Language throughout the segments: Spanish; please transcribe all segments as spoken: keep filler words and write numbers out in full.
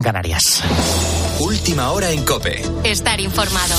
Canarias. Última hora en COPE. Estar informado.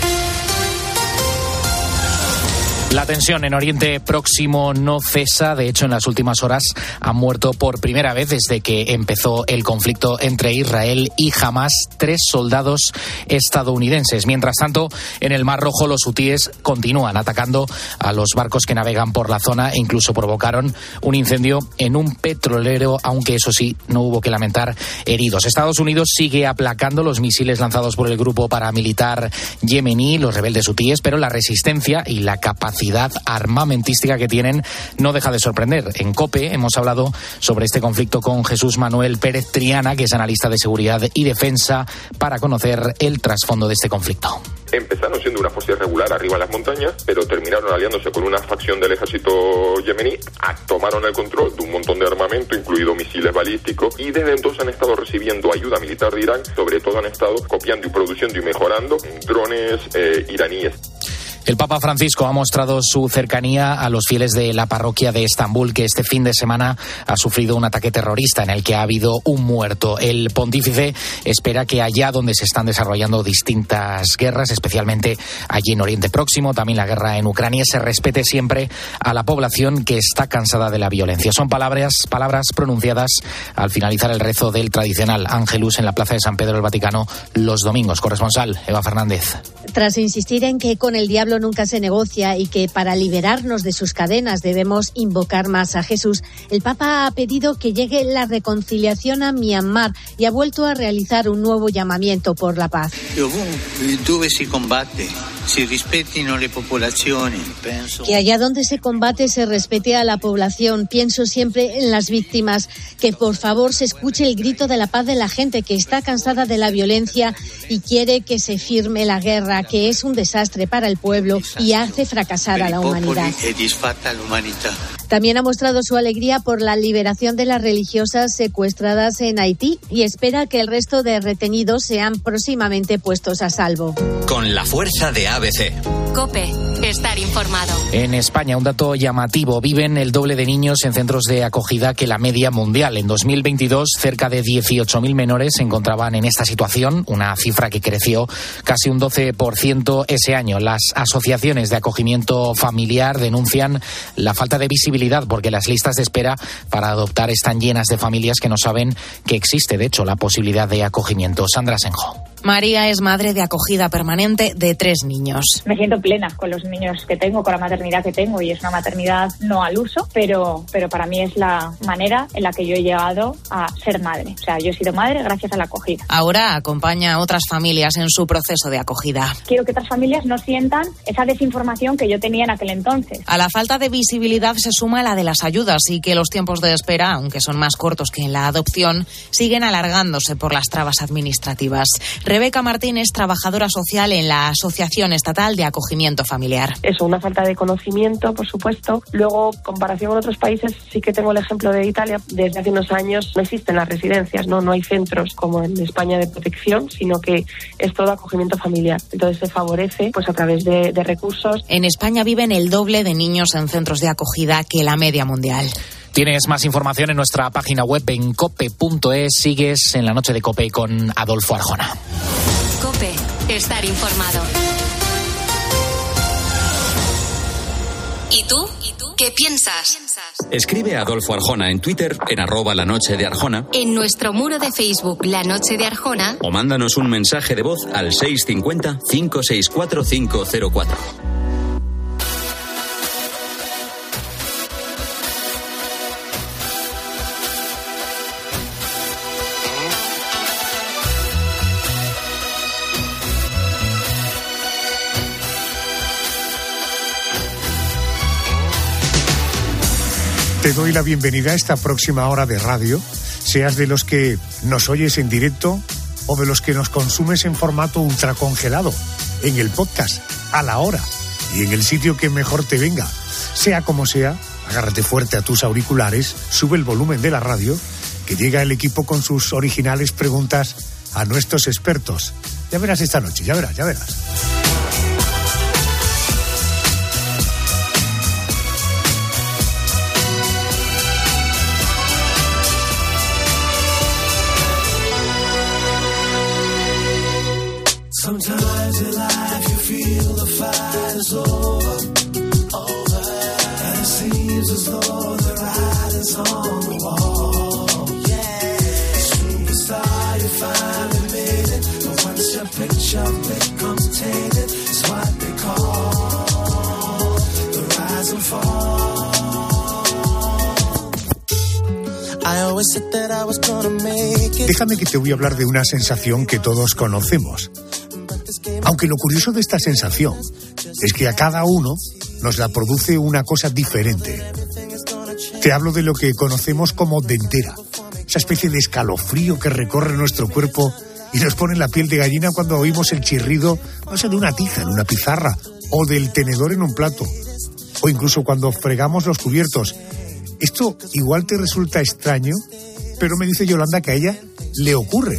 La tensión en Oriente Próximo no cesa. De hecho, en las últimas horas han muerto por primera vez desde que empezó el conflicto entre Israel y Hamás tres soldados estadounidenses. Mientras tanto, en el Mar Rojo los hutíes continúan atacando a los barcos que navegan por la zona e incluso provocaron un incendio en un petrolero, aunque eso sí, no hubo que lamentar heridos. Estados Unidos sigue aplacando los misiles lanzados por el grupo paramilitar yemení, los rebeldes hutíes, pero la resistencia y la capacidad armamentística que tienen no deja de sorprender. En COPE hemos hablado sobre este conflicto con Jesús Manuel Pérez Triana, que es analista de seguridad y defensa, para conocer el trasfondo de este conflicto. Empezaron siendo una fuerza irregular arriba en las montañas, pero terminaron aliándose con una facción del ejército yemení, tomaron el control de un montón de armamento, incluido misiles balísticos, y desde entonces han estado recibiendo ayuda militar de Irán. Sobre todo han estado copiando y produciendo y mejorando drones eh, iraníes. El Papa Francisco ha mostrado su cercanía a los fieles de la parroquia de Estambul, que este fin de semana ha sufrido un ataque terrorista en el que ha habido un muerto. El pontífice espera que allá donde se están desarrollando distintas guerras, especialmente allí en Oriente Próximo, también la guerra en Ucrania, se respete siempre a la población que está cansada de la violencia. Son palabras, palabras pronunciadas al finalizar el rezo del tradicional Ángelus en la Plaza de San Pedro del Vaticano los domingos. Corresponsal Eva Fernández. Tras insistir en que con el diablo nunca se negocia y que para liberarnos de sus cadenas debemos invocar más a Jesús, el Papa ha pedido que llegue la reconciliación a Myanmar y ha vuelto a realizar un nuevo llamamiento por la paz. Dove si combate, si respetino le popolazioni. Que allá donde se combate se respete a la población. Pienso siempre en las víctimas. Que por favor se escuche el grito de la paz de la gente que está cansada de la violencia y quiere que se firme la guerra, que es un desastre para el pueblo y hace fracasar a la humanidad. También ha mostrado su alegría por la liberación de las religiosas secuestradas en Haití y espera que el resto de retenidos sean próximamente puestos a salvo. Con la fuerza de A B C. COPE. Estar informado. En España, un dato llamativo. Viven el doble de niños en centros de acogida que la media mundial. En dos mil veintidós, cerca de dieciocho mil menores se encontraban en esta situación, una cifra que creció casi un doce por ciento ese año. Las asociaciones de acogimiento familiar denuncian la falta de visibilidad porque las listas de espera para adoptar están llenas de familias que no saben que existe, de hecho, la posibilidad de acogimiento. Sandra Senjo. María es madre de acogida permanente de tres niños. Me siento plena con los niños que tengo, con la maternidad que tengo, y es una maternidad no al uso, pero, pero para mí es la manera en la que yo he llegado a ser madre. O sea, yo he sido madre gracias a la acogida. Ahora acompaña a otras familias en su proceso de acogida. Quiero que otras familias no sientan esa desinformación que yo tenía en aquel entonces. A la falta de visibilidad se suma la de las ayudas y que los tiempos de espera, aunque son más cortos que en la adopción, siguen alargándose por las trabas administrativas. Rebeca Martín es trabajadora social en la Asociación Estatal de Acogimiento Familiar. Eso, una falta de conocimiento, por supuesto. Luego, comparación con otros países, sí que tengo el ejemplo de Italia. Desde hace unos años no existen las residencias, no, no hay centros como en España de protección, sino que es todo acogimiento familiar. Entonces se favorece pues a través de, de recursos. En España viven el doble de niños en centros de acogida que la media mundial. Tienes más información en nuestra página web en cope punto es. Sigues en la noche de COPE con Adolfo Arjona. COPE. Estar informado. ¿Y tú? ¿Y tú? ¿Qué piensas? Escribe a Adolfo Arjona en Twitter, en arroba la noche de Arjona. En nuestro muro de Facebook, La Noche de Arjona. O mándanos un mensaje de voz al seis cinco cero, cinco seis cuatro, cinco cero cuatro. Te doy la bienvenida a esta próxima hora de radio, seas de los que nos oyes en directo o de los que nos consumes en formato ultracongelado, en el podcast, a la hora y en el sitio que mejor te venga. Sea como sea, agárrate fuerte a tus auriculares, sube el volumen de la radio, que llega el equipo con sus originales preguntas a nuestros expertos. Ya verás esta noche, ya verás, ya verás. Déjame que te voy a hablar de una sensación que todos conocemos. Aunque lo curioso de esta sensación es que a cada uno nos la produce una cosa diferente. Te hablo de lo que conocemos como dentera, esa especie de escalofrío que recorre nuestro cuerpo y nos pone la piel de gallina cuando oímos el chirrido, no sé, de una tiza en una pizarra o del tenedor en un plato, o incluso cuando fregamos los cubiertos. Esto igual te resulta extraño, pero me dice Yolanda que a ella le ocurre.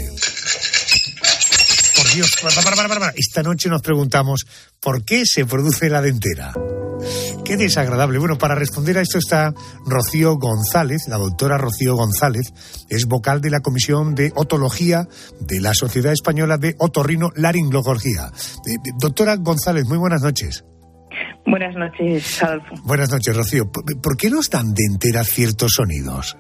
Por Dios, para, para, para, para. Esta noche nos preguntamos ¿por qué se produce la dentera? Qué desagradable. Bueno, para responder a esto está Rocío González, la doctora Rocío González, es vocal de la Comisión de Otología de la Sociedad Española de Otorrinolaringología. Eh, doctora González, muy buenas noches. Buenas noches, Adolfo. Buenas noches, Rocío. ¿Por qué nos dan dentera ciertos sonidos?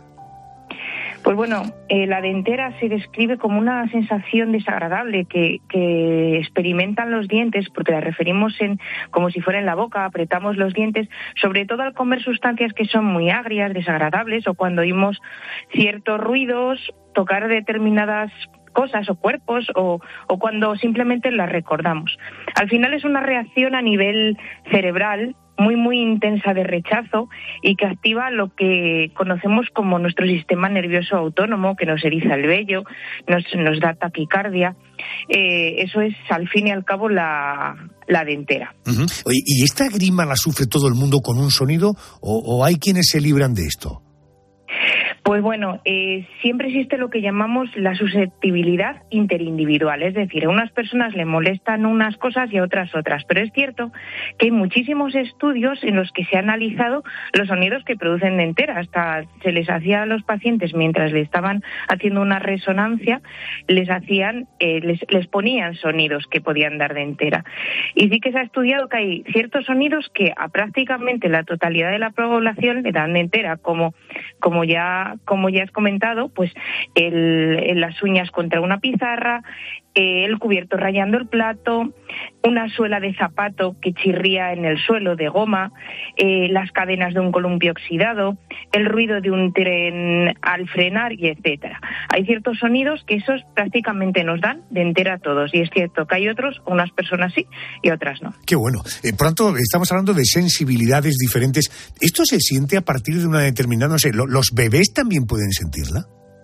Pues bueno, eh, la dentera se describe como una sensación desagradable que, que experimentan los dientes, porque la referimos en como si fuera en la boca, apretamos los dientes, sobre todo al comer sustancias que son muy agrias, desagradables, o cuando oímos ciertos ruidos, tocar determinadas cosas o cuerpos, o, o cuando simplemente las recordamos. Al final es una reacción a nivel cerebral muy, muy intensa de rechazo y que activa lo que conocemos como nuestro sistema nervioso autónomo, que nos eriza el vello, nos, nos da taquicardia. Eh, eso es, al fin y al cabo, la, la dentera. Uh-huh. Oye, ¿y esta grima la sufre todo el mundo con un sonido o, o hay quienes se libran de esto? Pues bueno, eh, siempre existe lo que llamamos la susceptibilidad interindividual, es decir, a unas personas le molestan unas cosas y a otras otras, pero es cierto que hay muchísimos estudios en los que se ha analizado los sonidos que producen dentera. Hasta se les hacía a los pacientes, mientras le estaban haciendo una resonancia, les hacían, eh, les, les ponían sonidos que podían dar dentera. Y sí que se ha estudiado que hay ciertos sonidos que a prácticamente la totalidad de la población le dan dentera, como, como ya como ya has comentado, pues el, el, las uñas contra una pizarra, eh, el cubierto rayando el plato, una suela de zapato que chirría en el suelo de goma, eh, las cadenas de un columpio oxidado, el ruido de un tren al frenar y etcétera. Hay ciertos sonidos que esos prácticamente nos dan dentera a todos, y es cierto que hay otros, unas personas sí y otras no. Qué bueno. Eh, pronto estamos hablando de sensibilidades diferentes. ¿Esto se siente a partir de una determinada, no sé, los bebés también pueden sentirla?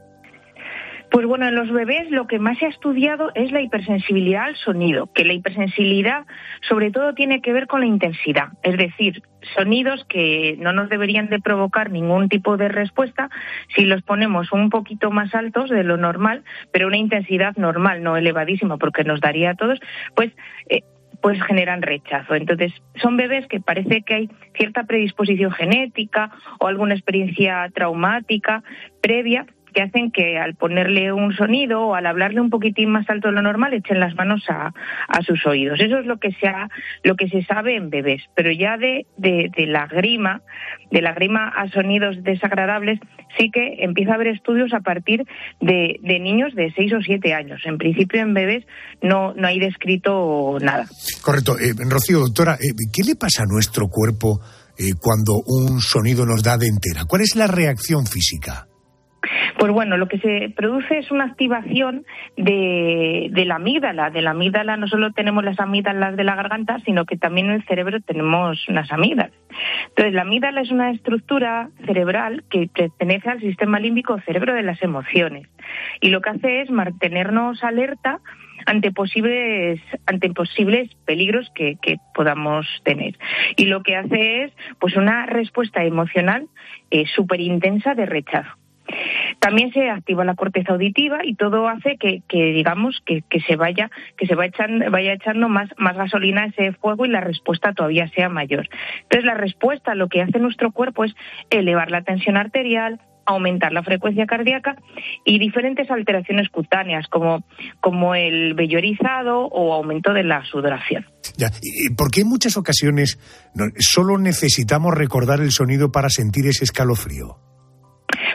Pues bueno, en los bebés lo que más se ha estudiado es la hipersensibilidad al sonido, que la hipersensibilidad sobre todo tiene que ver con la intensidad, es decir, sonidos que no nos deberían de provocar ningún tipo de respuesta si los ponemos un poquito más altos de lo normal, pero una intensidad normal, no elevadísima, porque nos daría a todos, pues... Eh, pues generan rechazo. Entonces, son bebés que parece que hay cierta predisposición genética o alguna experiencia traumática previa que hacen que al ponerle un sonido o al hablarle un poquitín más alto de lo normal echen las manos a, a sus oídos. Eso es lo que se ha, lo que se sabe en bebés. Pero ya de, de, de la grima, de la grima a sonidos desagradables, sí que empieza a haber estudios a partir de, de niños de seis o siete años. En principio en bebés no, no hay descrito nada. Correcto. Eh, Rocío, doctora, eh, ¿qué le pasa a nuestro cuerpo eh, cuando un sonido nos da dentera? ¿Cuál es la reacción física? Pues bueno, lo que se produce es una activación de, de la amígdala. De la amígdala no solo tenemos las amígdalas de la garganta, sino que también en el cerebro tenemos unas amígdalas. Entonces, la amígdala es una estructura cerebral que pertenece al sistema límbico, cerebro de las emociones. Y lo que hace es mantenernos alerta ante posibles ante posibles peligros que, que podamos tener. Y lo que hace es pues una respuesta emocional eh, súper intensa de rechazo. También se activa la corteza auditiva y todo hace que, que digamos, que, que se vaya, que se vaya echando, vaya echando más, más gasolina a ese fuego y la respuesta todavía sea mayor. Entonces, la respuesta, lo que hace nuestro cuerpo es elevar la tensión arterial, aumentar la frecuencia cardíaca y diferentes alteraciones cutáneas, como, como el vello erizado o aumento de la sudoración. Ya, ¿por qué en muchas ocasiones no, solo necesitamos recordar el sonido para sentir ese escalofrío?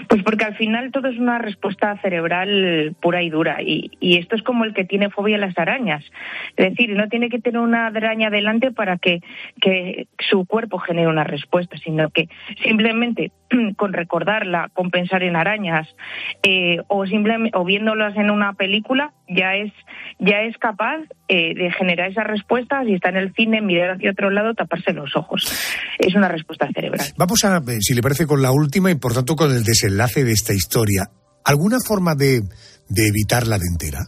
Pues porque al final todo es una respuesta cerebral pura y dura, y, y esto es como el que tiene fobia a las arañas. Es decir, no tiene que tener una araña delante para que, que su cuerpo genere una respuesta, sino que simplemente con recordarla, con pensar en arañas, eh, o simplemente o viéndolas en una película, ya es ya es capaz eh, de generar esas respuestas. Y está en el cine, mirar hacia otro lado, taparse los ojos. Es una respuesta cerebral. Vamos a, si le parece, con la última y por tanto con el desenlace de esta historia. ¿Alguna forma de, de evitar la dentera?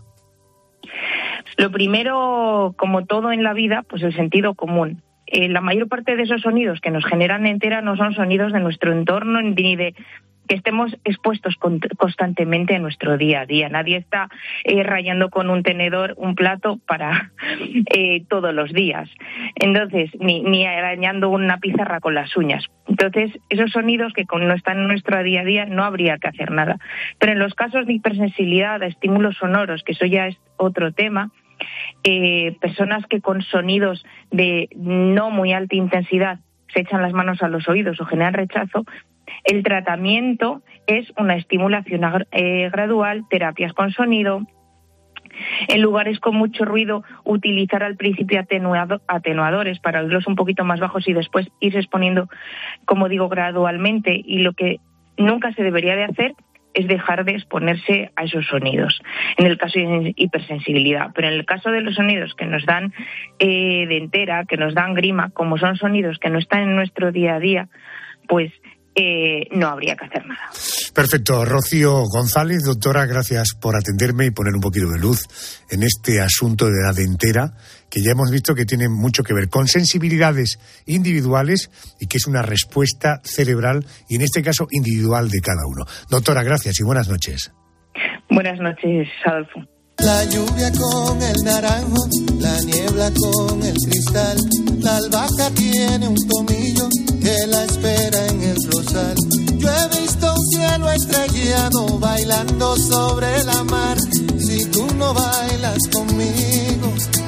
Lo primero, como todo en la vida, pues el sentido común. Eh, la mayor parte de esos sonidos que nos generan dentera no son sonidos de nuestro entorno ni de que estemos expuestos con, constantemente en nuestro día a día. Nadie está eh, rayando con un tenedor un plato para eh, todos los días. Entonces, ni, ni arañando una pizarra con las uñas. Entonces, esos sonidos que no están en nuestro día a día no habría que hacer nada. Pero en los casos de hipersensibilidad a estímulos sonoros, que eso ya es otro tema, eh, personas que con sonidos de no muy alta intensidad se echan las manos a los oídos o generan rechazo, el tratamiento es una estimulación eh, gradual, terapias con sonido. En lugares con mucho ruido, utilizar al principio atenuado, atenuadores para oírlos un poquito más bajos y después irse exponiendo, como digo, gradualmente. Y lo que nunca se debería de hacer es dejar de exponerse a esos sonidos, en el caso de hipersensibilidad. Pero en el caso de los sonidos que nos dan eh, dentera, que nos dan grima, como son sonidos que no están en nuestro día a día, pues Eh, no habría que hacer nada. Perfecto. Rocío González, doctora, gracias por atenderme y poner un poquito de luz en este asunto de la dentera, que ya hemos visto que tiene mucho que ver con sensibilidades individuales y que es una respuesta cerebral y en este caso individual de cada uno. Doctora, gracias y buenas noches. Buenas noches, Adolfo. La lluvia con el naranjo, la niebla con el cristal, la albahaca tiene un tomillo que la espera en el rosal. Yo he visto un cielo estrellado bailando sobre la mar. Si tú no bailas conmigo,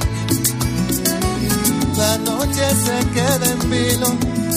la noche se queda en vilo.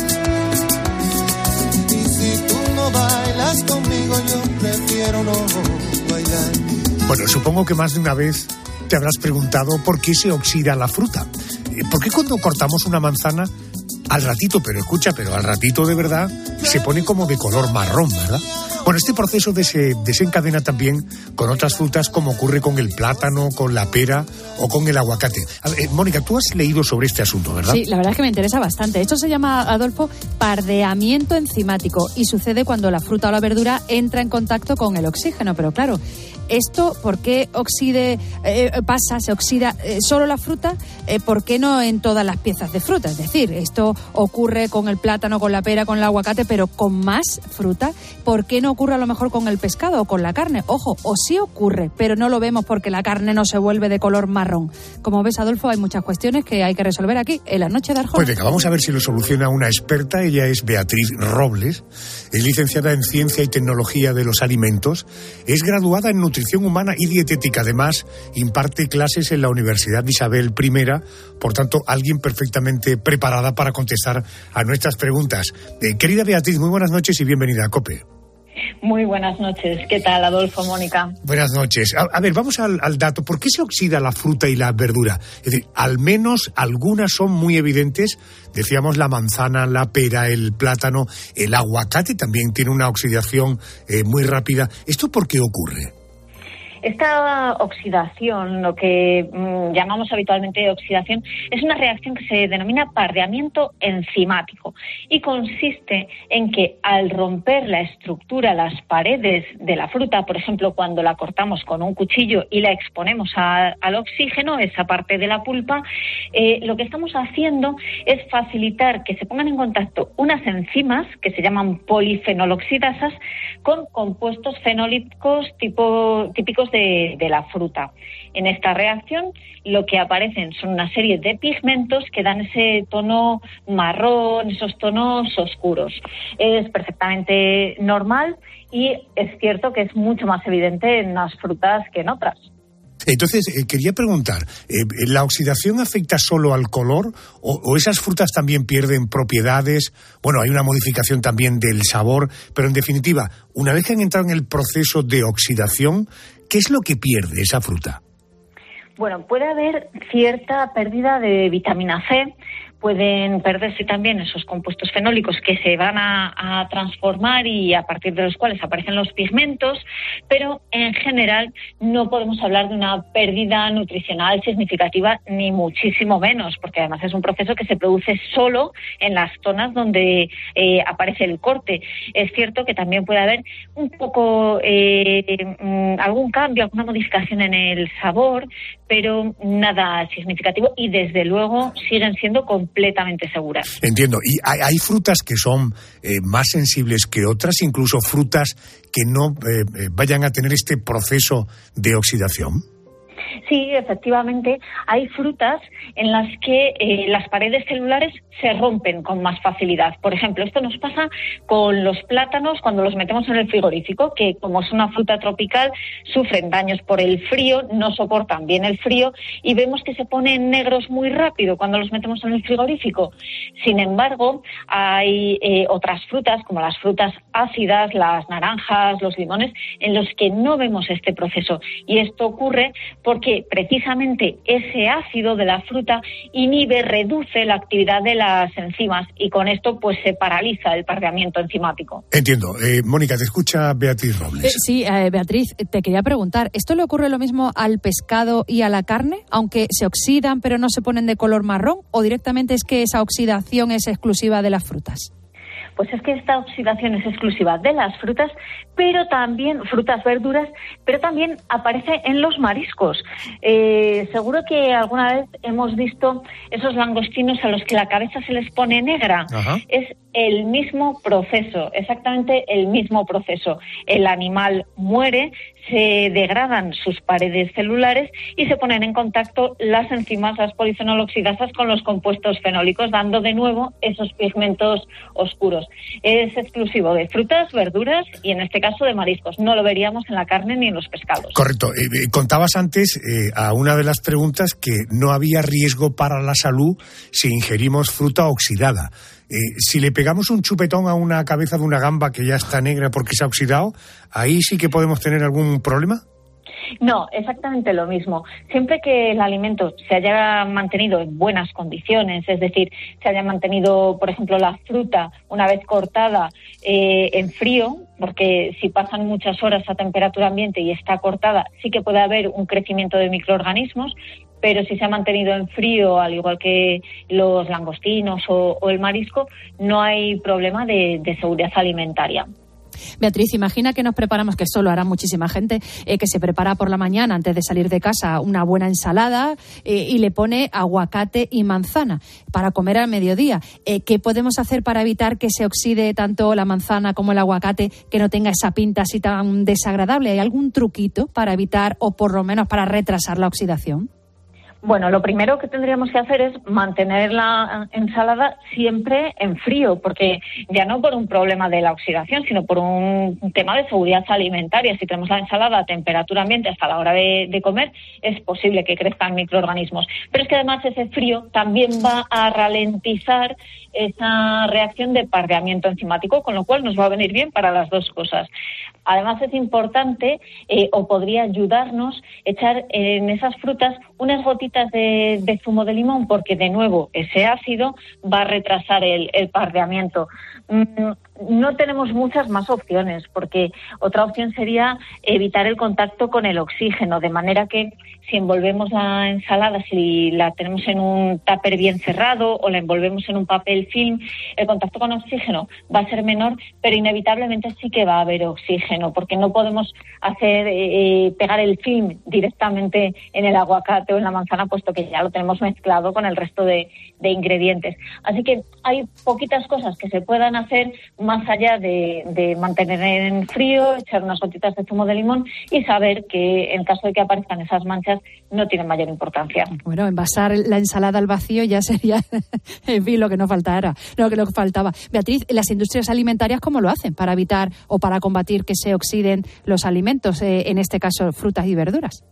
Y si tú no bailas conmigo, yo prefiero no bailar. Bueno, supongo que más de una vez te habrás preguntado por qué se oxida la fruta. ¿Por qué cuando cortamos una manzana, al ratito, pero escucha, pero al ratito de verdad, se pone como de color marrón, ¿verdad? Bueno, este proceso se desencadena también con otras frutas, como ocurre con el plátano, con la pera o con el aguacate. A ver, Mónica, tú has leído sobre este asunto, ¿verdad? Sí, la verdad es que me interesa bastante. Esto se llama, Adolfo, pardeamiento enzimático y sucede cuando la fruta o la verdura entra en contacto con el oxígeno. Pero claro, ¿esto por qué oxide, eh, pasa, se oxida eh, solo la fruta? Eh, ¿Por qué no en todas las piezas de fruta? Es decir, esto ocurre con el plátano, con la pera, con el aguacate, pero con más fruta. ¿Por qué no ocurre a lo mejor con el pescado o con la carne? Ojo, o sí ocurre, pero no lo vemos porque la carne no se vuelve de color marrón. Como ves, Adolfo, hay muchas cuestiones que hay que resolver aquí, en la noche de Arjona. Pues venga, vamos a ver si lo soluciona una experta. Ella es Beatriz Robles, es licenciada en Ciencia y Tecnología de los Alimentos, es graduada en Nutrición Humana y Dietética. Además, imparte clases en la Universidad Isabel primera, por tanto, alguien perfectamente preparada para contestar a nuestras preguntas. Eh, querida Beatriz, muy buenas noches y bienvenida a COPE. Muy buenas noches. ¿Qué tal, Adolfo, Mónica? Buenas noches. A, a ver, vamos al, al dato. ¿Por qué se oxida la fruta y la verdura? Es decir, al menos algunas son muy evidentes. Decíamos la manzana, la pera, el plátano, el aguacate también tiene una oxidación eh, muy rápida. ¿Esto por qué ocurre? Esta oxidación, lo que mmm, llamamos habitualmente oxidación, es una reacción que se denomina pardeamiento enzimático y consiste en que al romper la estructura, las paredes de la fruta, por ejemplo, cuando la cortamos con un cuchillo y la exponemos a, al oxígeno, esa parte de la pulpa, eh, lo que estamos haciendo es facilitar que se pongan en contacto unas enzimas que se llaman polifenoloxidasas con compuestos fenólicos tipo, típicos De, de la fruta. En esta reacción lo que aparecen son una serie de pigmentos que dan ese tono marrón, esos tonos oscuros. Es perfectamente normal y es cierto que es mucho más evidente en unas frutas que en otras. Entonces, eh, quería preguntar, eh, ¿la oxidación afecta solo al color o, o esas frutas también pierden propiedades? Bueno, hay una modificación también del sabor, pero en definitiva, una vez que han entrado en el proceso de oxidación, ¿qué es lo que pierde esa fruta? Bueno, puede haber cierta pérdida de vitamina C, pueden perderse también esos compuestos fenólicos que se van a, a transformar y a partir de los cuales aparecen los pigmentos, pero en general no podemos hablar de una pérdida nutricional significativa ni muchísimo menos, porque además es un proceso que se produce solo en las zonas donde eh, aparece el corte. Es cierto que también puede haber un poco eh, algún cambio, alguna modificación en el sabor, pero nada significativo y desde luego siguen siendo completamente seguras. Entiendo. ¿Y hay, hay frutas que son eh, más sensibles que otras, incluso frutas que no eh, vayan a tener este proceso de oxidación? Sí, efectivamente, hay frutas en las que eh, las paredes celulares se rompen con más facilidad. Por ejemplo, esto nos pasa con los plátanos cuando los metemos en el frigorífico, que como es una fruta tropical, sufren daños por el frío, no soportan bien el frío y vemos que se ponen negros muy rápido cuando los metemos en el frigorífico. Sin embargo, hay eh, otras frutas, como las frutas ácidas, las naranjas, los limones, en los que no vemos este proceso. Y esto ocurre porque precisamente ese ácido de la fruta inhibe, reduce la actividad de las enzimas y con esto pues se paraliza el pardeamiento enzimático. Entiendo. Eh, Mónica, te escucha Beatriz Robles. Eh, sí, eh, Beatriz, te quería preguntar, ¿esto le ocurre lo mismo al pescado y a la carne, aunque se oxidan pero no se ponen de color marrón, o directamente es que esa oxidación es exclusiva de las frutas? Pues es que esta oxidación es exclusiva de las frutas, pero también, frutas, verduras, pero también aparece en los mariscos. Eh, seguro que alguna vez hemos visto esos langostinos a los que la cabeza se les pone negra. Ajá. Es el mismo proceso, exactamente el mismo proceso. El animal muere, se degradan sus paredes celulares y se ponen en contacto las enzimas, las polifenoloxidasas, con los compuestos fenólicos, dando de nuevo esos pigmentos oscuros. Es exclusivo de frutas, verduras y en este caso de mariscos. No lo veríamos en la carne ni en los pescados. Correcto. Eh, contabas antes eh, a una de las preguntas que no había riesgo para la salud si ingerimos fruta oxidada. Eh, si le pegamos un chupetón a una cabeza de una gamba que ya está negra porque se ha oxidado, ¿ahí sí que podemos tener algún problema? No, exactamente lo mismo. Siempre que el alimento se haya mantenido en buenas condiciones, es decir, se haya mantenido, por ejemplo, la fruta una vez cortada eh, en frío, porque si pasan muchas horas a temperatura ambiente y está cortada, sí que puede haber un crecimiento de microorganismos, pero si se ha mantenido en frío, al igual que los langostinos o, o el marisco, no hay problema de, de seguridad alimentaria. Beatriz, imagina que nos preparamos, que esto lo hará muchísima gente, eh, que se prepara por la mañana antes de salir de casa una buena ensalada eh, y le pone aguacate y manzana para comer al mediodía. Eh, ¿Qué podemos hacer para evitar que se oxide tanto la manzana como el aguacate, que no tenga esa pinta así tan desagradable? ¿Hay algún truquito para evitar o por lo menos para retrasar la oxidación? Bueno, lo primero que tendríamos que hacer es mantener la ensalada siempre en frío, porque ya no por un problema de la oxidación, sino por un tema de seguridad alimentaria. Si tenemos la ensalada a temperatura ambiente hasta la hora de, de comer, es posible que crezcan microorganismos. Pero es que además ese frío también va a ralentizar esa reacción de pardeamiento enzimático, con lo cual nos va a venir bien para las dos cosas. Además es importante, eh, o podría ayudarnos, echar en esas frutas unas gotitas de, de zumo de limón, porque de nuevo ese ácido va a retrasar el, el pardeamiento. Mm, no tenemos muchas más opciones, porque otra opción sería evitar el contacto con el oxígeno, de manera que si envolvemos la ensalada, si la tenemos en un tupper bien cerrado o la envolvemos en un papel film, el contacto con oxígeno va a ser menor, pero inevitablemente sí que va a haber oxígeno, porque no podemos hacer eh, pegar el film directamente en el aguacate o en la manzana, puesto que ya lo tenemos mezclado con el resto de, de ingredientes. Así que hay poquitas cosas que se puedan hacer más allá de, de mantener en frío, echar unas gotitas de zumo de limón y saber que en caso de que aparezcan esas manchas no tienen mayor importancia. Bueno, envasar la ensalada al vacío ya sería, en fin, lo que nos faltara, lo que nos faltaba. Beatriz, ¿las industrias alimentarias cómo lo hacen para evitar o para combatir que se oxiden los alimentos, eh, en este caso frutas y verduras?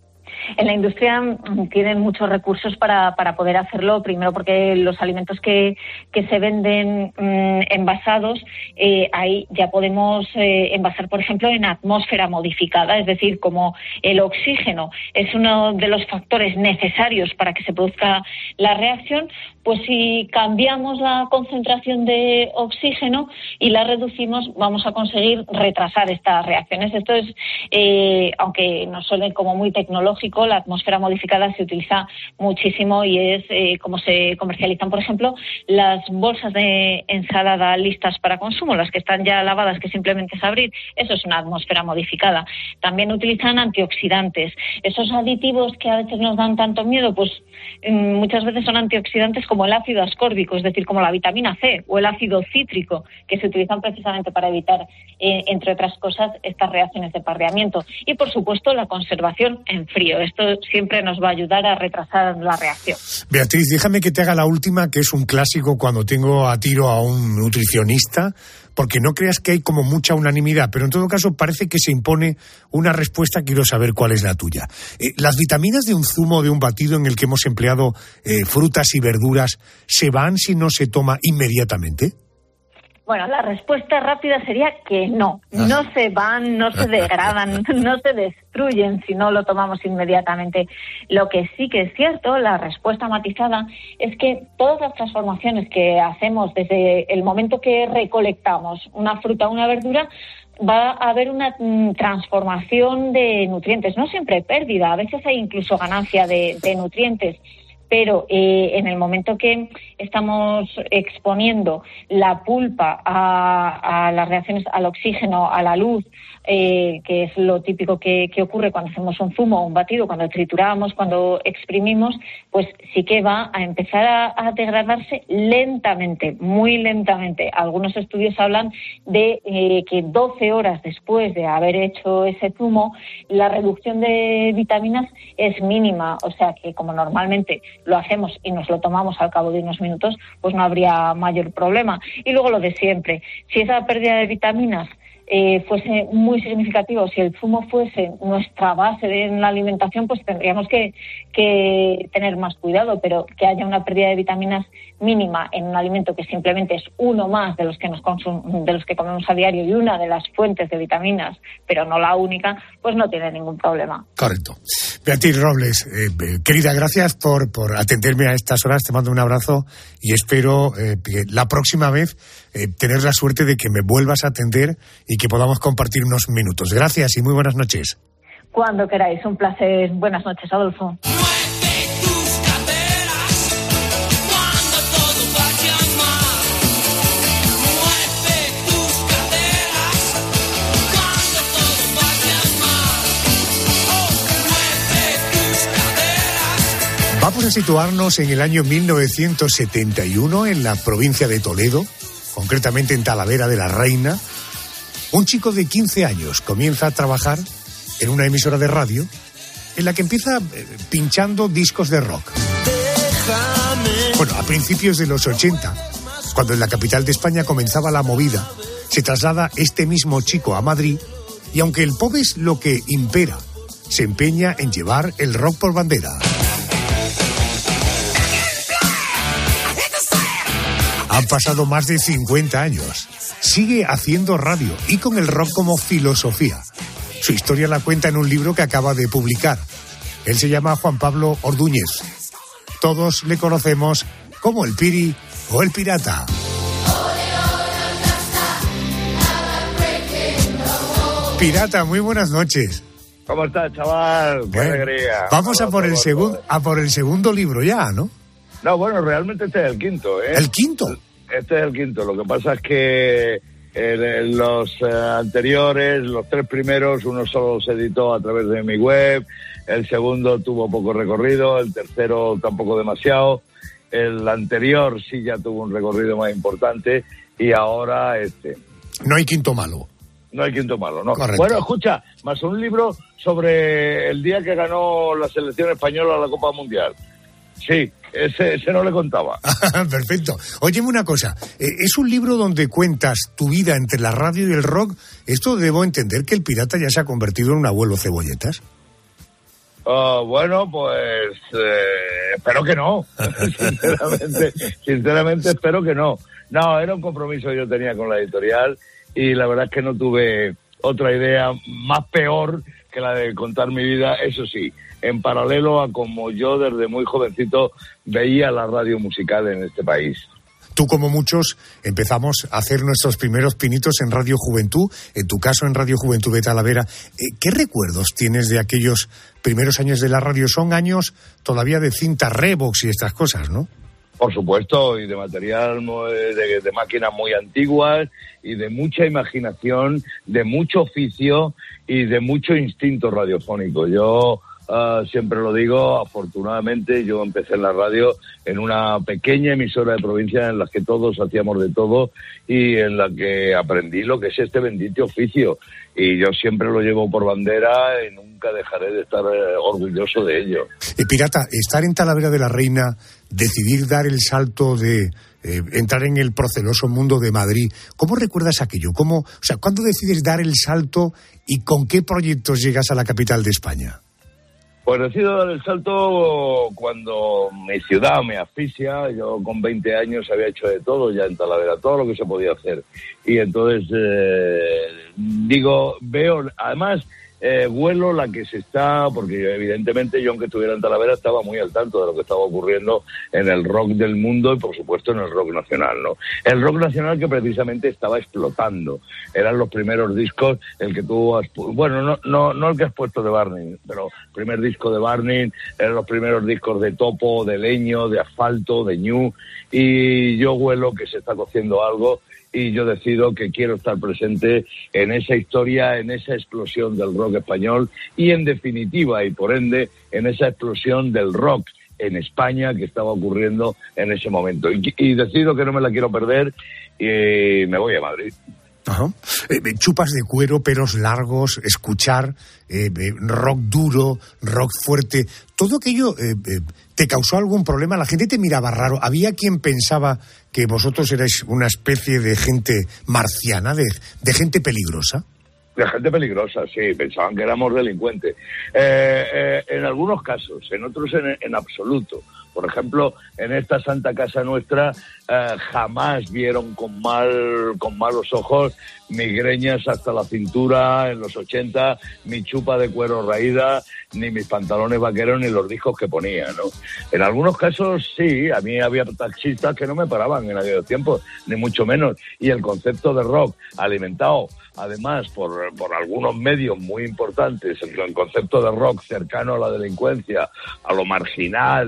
En la industria tienen muchos recursos para, para poder hacerlo, primero porque los alimentos que, que se venden mmm, envasados, eh, ahí ya podemos eh, envasar, por ejemplo, en atmósfera modificada, es decir, como el oxígeno es uno de los factores necesarios para que se produzca la reacción, pues si cambiamos la concentración de oxígeno y la reducimos, vamos a conseguir retrasar estas reacciones. Esto es, eh, aunque nos suene como muy tecnológico, la atmósfera modificada se utiliza muchísimo y es eh, como se comercializan, por ejemplo, las bolsas de ensalada listas para consumo, las que están ya lavadas, que simplemente es abrir. Eso es una atmósfera modificada. También utilizan antioxidantes. Esos aditivos que a veces nos dan tanto miedo, pues muchas veces son antioxidantes como el ácido ascórbico, es decir, como la vitamina C o el ácido cítrico, que se utilizan precisamente para evitar, eh, entre otras cosas, estas reacciones de pardeamiento. Y, por supuesto, la conservación en frío. Esto siempre nos va a ayudar a retrasar la reacción. Beatriz, déjame que te haga la última, que es un clásico cuando tengo a tiro a un nutricionista, porque no creas que hay como mucha unanimidad, pero en todo caso parece que se impone una respuesta. Quiero saber cuál es la tuya. Eh, ¿Las vitaminas de un zumo, de un batido en el que hemos empleado eh, frutas y verduras, se van si no se toma inmediatamente? Bueno, la respuesta rápida sería que no. No se van, no se degradan, no se destruyen si no lo tomamos inmediatamente. Lo que sí que es cierto, la respuesta matizada, es que todas las transformaciones que hacemos desde el momento que recolectamos una fruta o una verdura, va a haber una mm, transformación de nutrientes. No siempre pérdida, a veces hay incluso ganancia de, de nutrientes. Pero eh, en el momento que estamos exponiendo la pulpa a, a las reacciones, al oxígeno, a la luz, eh, que es lo típico que, que ocurre cuando hacemos un zumo o un batido, cuando trituramos, cuando exprimimos, pues sí que va a empezar a, a degradarse lentamente, muy lentamente. Algunos estudios hablan de eh, que doce horas después de haber hecho ese zumo, la reducción de vitaminas es mínima, o sea que como normalmente lo hacemos y nos lo tomamos al cabo de unos minutos, pues no habría mayor problema. Y luego lo de siempre, si esa pérdida de vitaminas eh, fuese muy significativo, si el zumo fuese nuestra base de la alimentación, pues tendríamos que, que tener más cuidado, pero que haya una pérdida de vitaminas mínima en un alimento que simplemente es uno más de los que nos consum- de los que comemos a diario y una de las fuentes de vitaminas, pero no la única, pues no tiene ningún problema. Correcto. Beatriz Robles, eh, querida, gracias por, por atenderme a estas horas, te mando un abrazo y espero eh, que la próxima vez eh, tener la suerte de que me vuelvas a atender y que podamos compartir unos minutos. Gracias y muy buenas noches. Cuando queráis, un placer. Buenas noches, Adolfo. Vamos a situarnos en el año mil novecientos setenta y uno en la provincia de Toledo, concretamente en Talavera de la Reina. Un chico de quince años comienza a trabajar en una emisora de radio en la que empieza eh, pinchando discos de rock. Bueno, a principios de los ochenta, cuando en la capital de España comenzaba la movida, se traslada este mismo chico a Madrid y aunque el pop es lo que impera, se empeña en llevar el rock por bandera. Han pasado más de cincuenta años. Sigue haciendo radio y con el rock como filosofía. Su historia la cuenta en un libro que acaba de publicar. Él se llama Juan Pablo Ordúñez. Todos le conocemos como el Piri o el Pirata. Pirata, muy buenas noches. ¿Cómo estás, chaval? Qué Bueno, alegría. Vamos a por el segundo, a por el segundo libro ya, ¿no? No, bueno, realmente este es el quinto, ¿eh? ¿El quinto? Este es el quinto. Lo que pasa es que eh, los eh, anteriores, los tres primeros, uno solo se editó a través de mi web, el segundo tuvo poco recorrido, el tercero tampoco demasiado, el anterior sí ya tuvo un recorrido más importante y ahora este. No hay quinto malo. No hay quinto malo, ¿no? Correcto. Bueno, escucha, más un libro sobre el día que ganó la selección española la Copa Mundial. Sí, ese, ese no le contaba. Perfecto. Óyeme una cosa, eh, es un libro donde cuentas tu vida entre la radio y el rock. Esto debo entender que el Pirata ya se ha convertido en un abuelo cebolletas. Uh, bueno, pues eh, espero que no. sinceramente, sinceramente espero que no. No, era un compromiso que yo tenía con la editorial y la verdad es que no tuve otra idea más peor que la de contar mi vida, eso sí, en paralelo a como yo desde muy jovencito veía la radio musical en este país. Tú, como muchos, empezamos a hacer nuestros primeros pinitos en Radio Juventud, en tu caso en Radio Juventud de Talavera. Eh, ¿Qué recuerdos tienes de aquellos primeros años de la radio? Son años todavía de cinta Revox y estas cosas, ¿no? Por supuesto, y de material, de, de máquinas muy antiguas y de mucha imaginación, de mucho oficio y de mucho instinto radiofónico. Yo Uh, siempre lo digo, afortunadamente yo empecé en la radio en una pequeña emisora de provincia en la que todos hacíamos de todo y en la que aprendí lo que es este bendito oficio, y yo siempre lo llevo por bandera y nunca dejaré de estar eh, orgulloso de ello. Eh, Pirata, estar en Talavera de la Reina, decidir dar el salto de eh, entrar en el proceloso mundo de Madrid, ¿cómo recuerdas aquello? ¿Cómo, o sea, ¿cuándo decides dar el salto y con qué proyectos llegas a la capital de España? Pues decido dar el salto cuando mi ciudad me asfixia. Yo con veinte años había hecho de todo ya en Talavera, todo lo que se podía hacer. Y entonces, eh, digo, veo, además, eh, vuelo la que se está, porque evidentemente yo, aunque estuviera en Talavera, estaba muy al tanto de lo que estaba ocurriendo en el rock del mundo y, por supuesto, en el rock nacional, ¿no? El rock nacional que precisamente estaba explotando. Eran los primeros discos, el que tú has... Bueno, no, no, no el que has puesto de Barney, pero el primer disco de Barney, eran los primeros discos de Topo, de Leño, de Asfalto, de Ñu, y yo vuelo que se está cociendo algo y yo decido que quiero estar presente en esa historia, en esa explosión del rock español y, en definitiva, y por ende, en esa explosión del rock en España que estaba ocurriendo en ese momento. Y, y decido que no me la quiero perder y me voy a Madrid. Ajá. Eh, chupas de cuero, pelos largos, escuchar eh, eh, rock duro, rock fuerte, todo aquello eh, eh, ¿te causó algún problema? La gente te miraba raro. ¿Había quien pensaba que vosotros erais una especie de gente marciana, de, de gente peligrosa? De gente peligrosa, sí, pensaban que éramos delincuentes. Eh, eh, en algunos casos, en otros en, en absoluto. Por ejemplo, en esta Santa Casa nuestra eh, jamás vieron con mal con malos ojos mi greñas hasta la cintura en los ochenta, mi chupa de cuero raída, ni mis pantalones vaqueros, ni los discos que ponía, ¿no? En algunos casos sí, a mí había taxistas que no me paraban en aquellos tiempos, ni mucho menos. Y el concepto de rock, alimentado además por, por algunos medios muy importantes, el, el concepto de rock cercano a la delincuencia, a lo marginal,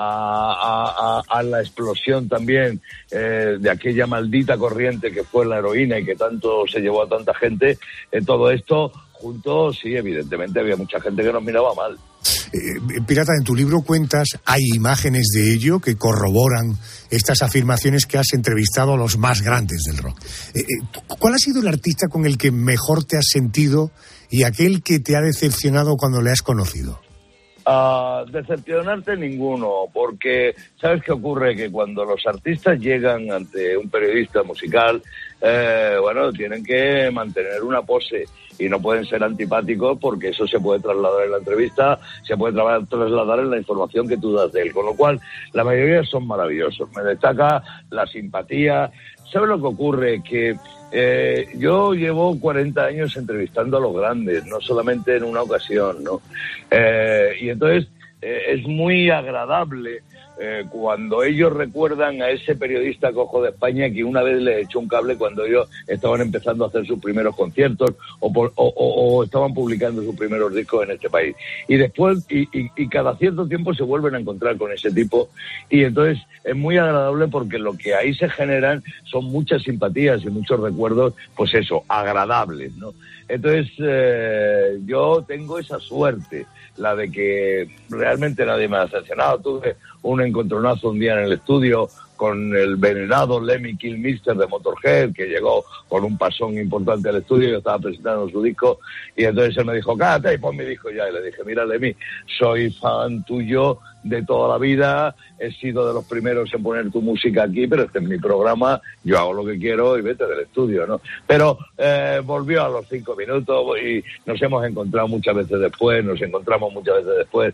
A, a, a la explosión también eh, de aquella maldita corriente que fue la heroína y que tanto se llevó a tanta gente, eh, todo esto junto, sí, evidentemente había mucha gente que nos miraba mal. Eh, Pirata, en tu libro cuentas, hay imágenes de ello que corroboran estas afirmaciones, que has entrevistado a los más grandes del rock. Eh, eh, ¿Cuál ha sido el artista con el que mejor te has sentido y aquel que te ha decepcionado cuando le has conocido? Uh, decepcionarte ninguno, porque ¿sabes qué ocurre? Que cuando los artistas llegan ante un periodista musical, eh, bueno, tienen que mantener una pose y no pueden ser antipáticos, porque eso se puede trasladar en la entrevista, se puede tra- trasladar en la información que tú das de él, con lo cual la mayoría son maravillosos. Me destaca la simpatía. ¿Sabes lo que ocurre? Que eh, yo llevo cuarenta años entrevistando a los grandes, no solamente en una ocasión, ¿no? Eh, y entonces eh, es muy agradable eh, cuando ellos recuerdan a ese periodista cojo de España que una vez les echó un cable cuando ellos estaban empezando a hacer sus primeros conciertos o, por, o, o, o estaban publicando sus primeros discos en este país. Y después, y, y, y cada cierto tiempo se vuelven a encontrar con ese tipo, y entonces es muy agradable porque lo que ahí se generan son muchas simpatías y muchos recuerdos, pues eso, agradables, ¿no? Entonces eh, yo tengo esa suerte, la de que realmente nadie me ha decepcionado. Tuve un encontronazo un día en el estudio con el venenado Lemmy Kilmister de Motorhead, que llegó con un pasón importante al estudio. Yo estaba presentando su disco y entonces él me dijo, cállate y pon mi disco ya. Y le dije, mira, Lemmy, soy fan tuyo de toda la vida, he sido de los primeros en poner tu música aquí, pero este es mi programa, yo hago lo que quiero y vete del estudio, ¿no? Pero eh, volvió a los cinco minutos y nos hemos encontrado muchas veces después, nos encontramos muchas veces después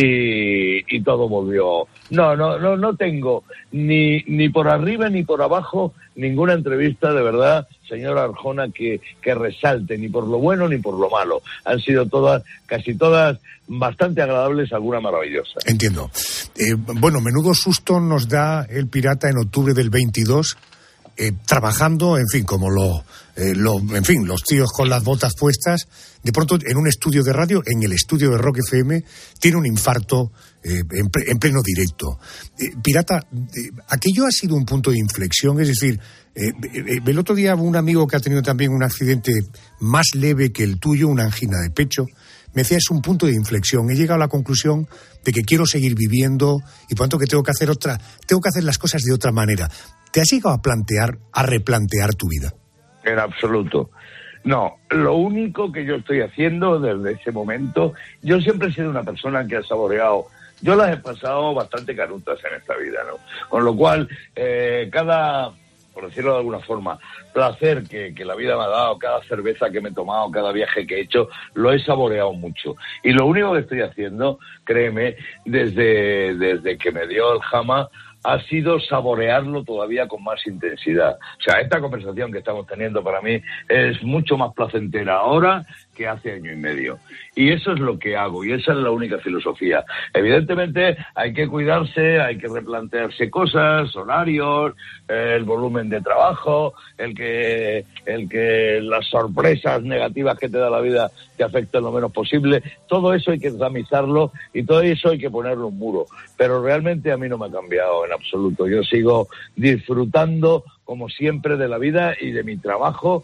y, y todo volvió. No, no, no, no tengo ni, ni por arriba ni por abajo ninguna entrevista de verdad, señora Arjona, que, que resalte ni por lo bueno ni por lo malo. Han sido todas, casi todas, bastante agradables, alguna maravillosa. Entiendo. Eh, bueno, menudo susto nos da el Pirata en octubre del veintidós, eh, trabajando, en fin, como lo, eh, lo, en fin, los tíos con las botas puestas, de pronto en un estudio de radio, en el estudio de Rock F M, tiene un infarto eh, en, en pleno directo. Eh, Pirata, eh, aquello ha sido un punto de inflexión, es decir, eh, eh, el otro día un amigo que ha tenido también un accidente más leve que el tuyo, una angina de pecho, me decía, es un punto de inflexión, he llegado a la conclusión de que quiero seguir viviendo y por tanto que tengo que hacer otra, tengo que hacer las cosas de otra manera. ¿Te has llegado a plantear, a replantear tu vida? En absoluto. No, lo único que yo estoy haciendo desde ese momento, yo siempre he sido una persona que ha saboreado, yo las he pasado bastante canutas en esta vida, ¿no? Con lo cual, eh, cada, por decirlo de alguna forma, placer que, que la vida me ha dado, cada cerveza que me he tomado, cada viaje que he hecho, lo he saboreado mucho. Y lo único que estoy haciendo, créeme, desde, desde que me dio el Jama, ha sido saborearlo todavía con más intensidad. O sea, esta conversación que estamos teniendo para mí es mucho más placentera ahora que hace año y medio. Y eso es lo que hago, y esa es la única filosofía. Evidentemente hay que cuidarse, hay que replantearse cosas, horarios, eh, el volumen de trabajo, el que, el que las sorpresas negativas que te da la vida te afecten lo menos posible. Todo eso hay que tamizarlo y todo eso hay que ponerlo en un muro. Pero realmente a mí no me ha cambiado en absoluto. Yo sigo disfrutando, como siempre, de la vida y de mi trabajo.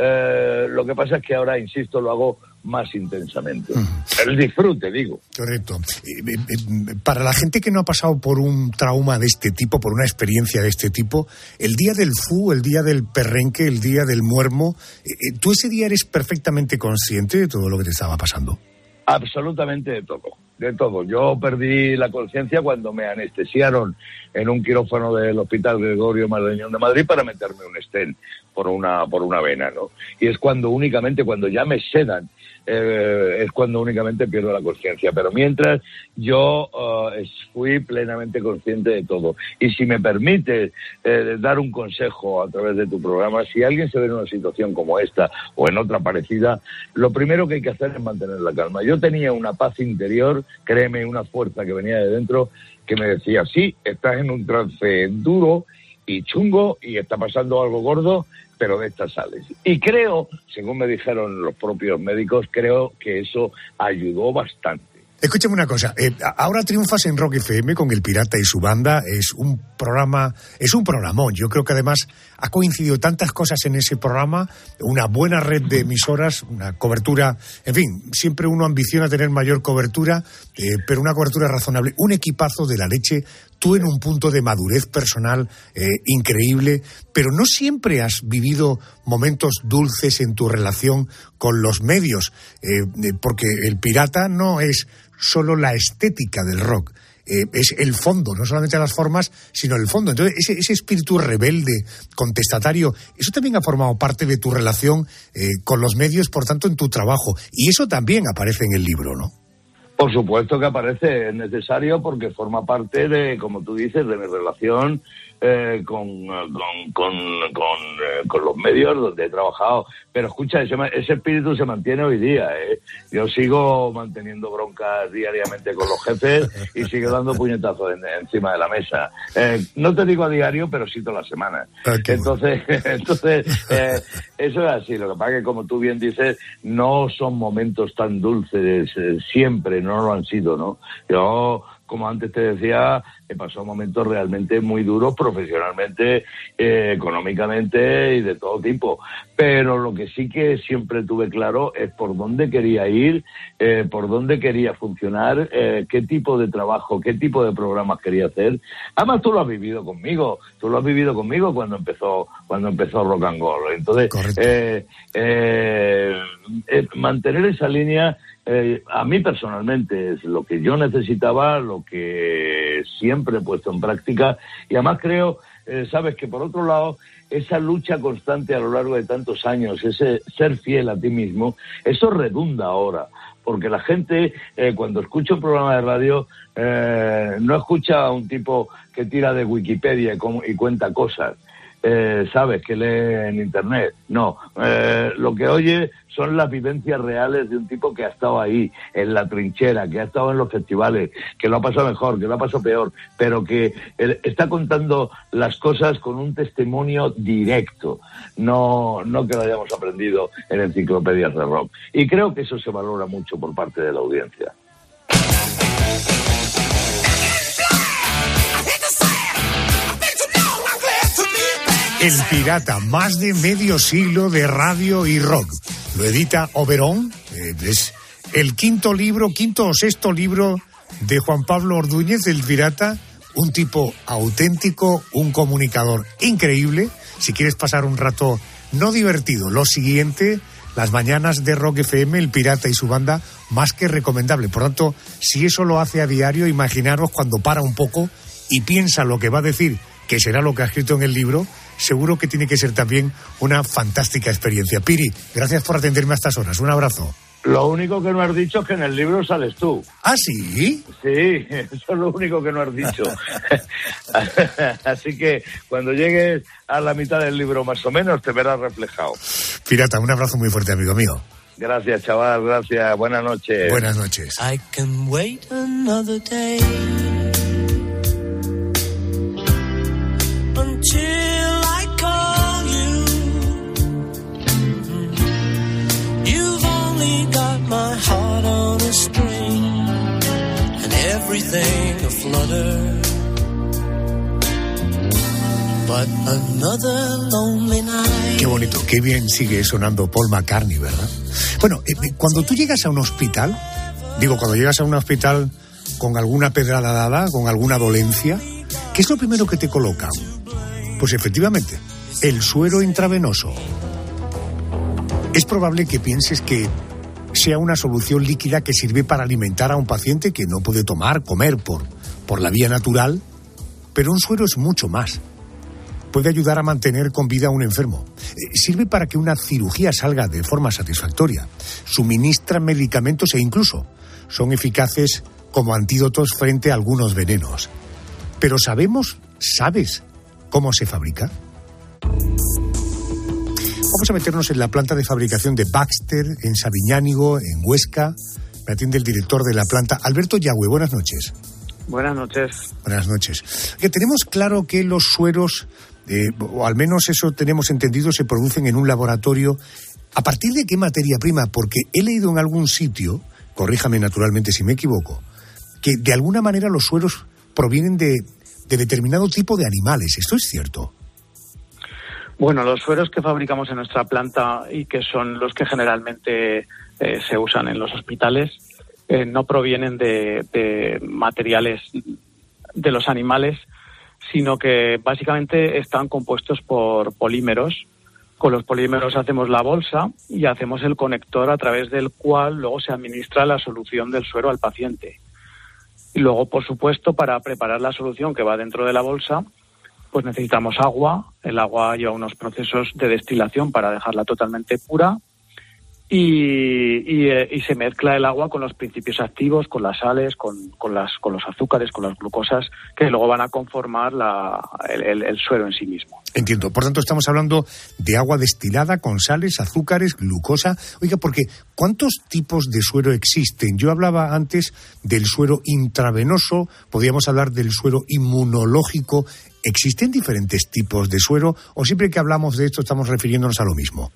Eh, lo que pasa es que ahora, insisto, lo hago más intensamente. Uh-huh. El disfrute, digo. Correcto. Eh, eh, para la gente que no ha pasado por un trauma de este tipo, por una experiencia de este tipo, el día del F U, el día del perrenque, el día del muermo, eh, ¿tú ese día eres perfectamente consciente de todo lo que te estaba pasando? Absolutamente de todo, de todo. Yo perdí la conciencia cuando me anestesiaron en un quirófano del Hospital Gregorio Marañón de Madrid para meterme un stent por una por una vena, ¿no? Y es cuando únicamente, cuando ya me sedan, eh, es cuando únicamente pierdo la conciencia. Pero mientras, yo uh, fui plenamente consciente de todo. Y si me permite eh, dar un consejo a través de tu programa, si alguien se ve en una situación como esta o en otra parecida, lo primero que hay que hacer es mantener la calma. Yo tenía una paz interior, créeme, una fuerza que venía de dentro, que me decía, sí, estás en un trance duro y chungo y está pasando algo gordo, pero de estas sales. Y creo, según me dijeron los propios médicos, creo que eso ayudó bastante. Escúchame una cosa, eh, ahora triunfas en Rock F M con El Pirata y su banda, es un programa, es un programón, yo creo que además ha coincidido tantas cosas en ese programa, una buena red de emisoras, una cobertura, en fin, siempre uno ambiciona tener mayor cobertura, eh, pero una cobertura razonable, un equipazo de la leche, tú en un punto de madurez personal eh, increíble, pero no siempre has vivido momentos dulces en tu relación con los medios, eh, porque El Pirata no es solo la estética del rock, eh, es el fondo, no solamente las formas, sino el fondo. Entonces, ese, ese espíritu rebelde, contestatario, eso también ha formado parte de tu relación eh, con los medios, por tanto, en tu trabajo. Y eso también aparece en el libro, ¿no? Por supuesto que aparece, es necesario porque forma parte de, como tú dices, de mi relación eh, con, con, con, con, eh, con los medios donde he trabajado. Pero escucha, ese, ese espíritu se mantiene hoy día, ¿eh? Yo sigo manteniendo broncas diariamente con los jefes y sigo dando puñetazos en, encima de la mesa. Eh, no te digo a diario, pero sí toda la semana. Okay. Entonces, entonces eh, eso es así. Lo que pasa es que, como tú bien dices, no son momentos tan dulces eh, siempre, no lo han sido, ¿no? Yo, como antes te decía, he pasado momentos realmente muy duros profesionalmente, eh, económicamente y de todo tipo. Pero lo que sí que siempre tuve claro es por dónde quería ir, eh, por dónde quería funcionar, eh, qué tipo de trabajo, qué tipo de programas quería hacer. Además, tú lo has vivido conmigo, tú lo has vivido conmigo cuando empezó cuando empezó Rock and Roll. Entonces, eh, eh, eh, mantener esa línea Eh, a mí personalmente es lo que yo necesitaba, lo que siempre he puesto en práctica, y además creo, eh, sabes, que por otro lado, esa lucha constante a lo largo de tantos años, ese ser fiel a ti mismo, eso redunda ahora, porque la gente eh, cuando escucha un programa de radio eh, no escucha a un tipo que tira de Wikipedia y, com- y cuenta cosas. Eh, sabes, que lee en internet. No, eh, lo que oye son las vivencias reales de un tipo que ha estado ahí, en la trinchera, que ha estado en los festivales, que lo ha pasado mejor, que lo ha pasado peor, pero que eh, está contando las cosas con un testimonio directo, no, no que lo hayamos aprendido en enciclopedias de rock. Y creo que eso se valora mucho por parte de la audiencia. El Pirata, más de medio siglo de radio y rock. Lo edita Oberón, eh, es el quinto libro, quinto o sexto libro de Juan Pablo Ordúñez, El Pirata, un tipo auténtico, un comunicador increíble. Si quieres pasar un rato no divertido, lo siguiente, las mañanas de Rock F M, El Pirata y su banda, más que recomendable. Por tanto, si eso lo hace a diario, imaginaros cuando para un poco y piensa lo que va a decir, que será lo que ha escrito en el libro, seguro que tiene que ser también una fantástica experiencia. Piri, gracias por atenderme a estas horas. Un abrazo. Lo único que no has dicho es que en el libro sales tú. ¿Ah, sí? Sí, eso es lo único que no has dicho. Así que cuando llegues a la mitad del libro más o menos te verás reflejado. Pirata, un abrazo muy fuerte, amigo mío. Gracias, chaval, gracias. Buenas noches. Buenas noches. I can wait another day until I call you. You've only got my heart on a string and everything aflutter. But another lonely night. Qué bonito, qué bien sigue sonando Paul McCartney, ¿verdad? Bueno, eh, cuando tú llegas a un hospital, digo, cuando llegas a un hospital con alguna pedrada dada, con alguna dolencia, ¿qué es lo primero que te colocan? Pues efectivamente, el suero intravenoso. Es probable que pienses que sea una solución líquida que sirve para alimentar a un paciente que no puede tomar, comer por, por la vía natural, pero un suero es mucho más. Puede ayudar a mantener con vida a un enfermo. Eh, sirve para que una cirugía salga de forma satisfactoria. Suministra medicamentos e incluso son eficaces como antídotos frente a algunos venenos. Pero ¿sabemos, sabes cómo se fabrica? Vamos a meternos en la planta de fabricación de Baxter, en Sabiñánigo, en Huesca. Me atiende el director de la planta, Alberto Yagüe. Buenas noches. Buenas noches. Buenas noches. Que tenemos claro que los sueros, eh, o al menos eso tenemos entendido, se producen en un laboratorio. ¿A partir de qué materia prima? Porque he leído en algún sitio, corríjame naturalmente si me equivoco, que de alguna manera los sueros provienen de, de determinado tipo de animales. ¿Esto es cierto? Bueno, los sueros que fabricamos en nuestra planta y que son los que generalmente eh, se usan en los hospitales eh, no provienen de, de materiales de los animales, sino que básicamente están compuestos por polímeros. Con los polímeros hacemos la bolsa y hacemos el conector a través del cual luego se administra la solución del suero al paciente. Y luego, por supuesto, para preparar la solución que va dentro de la bolsa, pues necesitamos agua. El agua lleva unos procesos de destilación para dejarla totalmente pura y, y, eh, y se mezcla el agua con los principios activos, con las sales, con, con, las, con los azúcares, con las glucosas, que luego van a conformar la, el, el, el suero en sí mismo. Entiendo. Por tanto, estamos hablando de agua destilada con sales, azúcares, glucosa. Oiga, porque ¿cuántos tipos de suero existen? Yo hablaba antes del suero intravenoso, podríamos hablar del suero inmunológico. ¿Existen diferentes tipos de suero o siempre que hablamos de esto estamos refiriéndonos a lo mismo?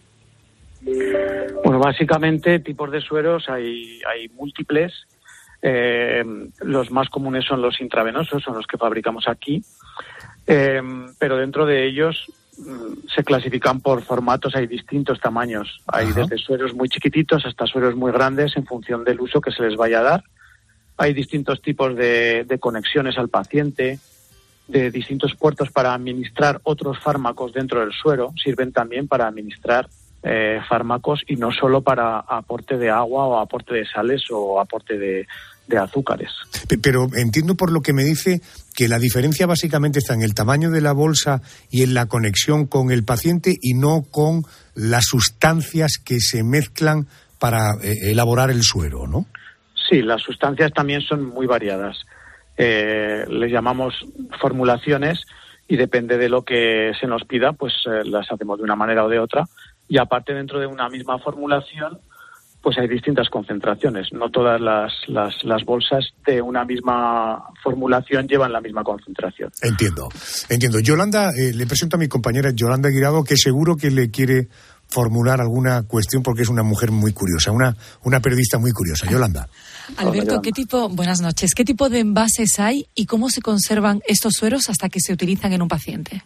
Bueno, básicamente tipos de sueros hay, hay múltiples. Eh, los más comunes son los intravenosos, son los que fabricamos aquí. Eh, pero dentro de ellos mm, se clasifican por formatos, hay distintos tamaños. Hay Ajá. desde sueros muy chiquititos hasta sueros muy grandes en función del uso que se les vaya a dar. Hay distintos tipos de, de conexiones al paciente, de distintos puertos para administrar otros fármacos dentro del suero. Sirven también para administrar eh, fármacos y no solo para aporte de agua o aporte de sales o aporte de, de azúcares. Pero entiendo por lo que me dice que la diferencia básicamente está en el tamaño de la bolsa y en la conexión con el paciente y no con las sustancias que se mezclan para eh, elaborar el suero, ¿no? Sí, las sustancias también son muy variadas. Eh, les llamamos formulaciones y depende de lo que se nos pida, pues eh, las hacemos de una manera o de otra. Y aparte, dentro de una misma formulación, pues hay distintas concentraciones. No todas las, las, las bolsas de una misma formulación llevan la misma concentración. Entiendo, entiendo. Yolanda, eh, le presento a mi compañera Yolanda Guirado, que seguro que le quiere formular alguna cuestión porque es una mujer muy curiosa, una, una periodista muy curiosa. Yolanda. Alberto, ¿qué tipo, buenas noches, qué tipo de envases hay y cómo se conservan estos sueros hasta que se utilizan en un paciente?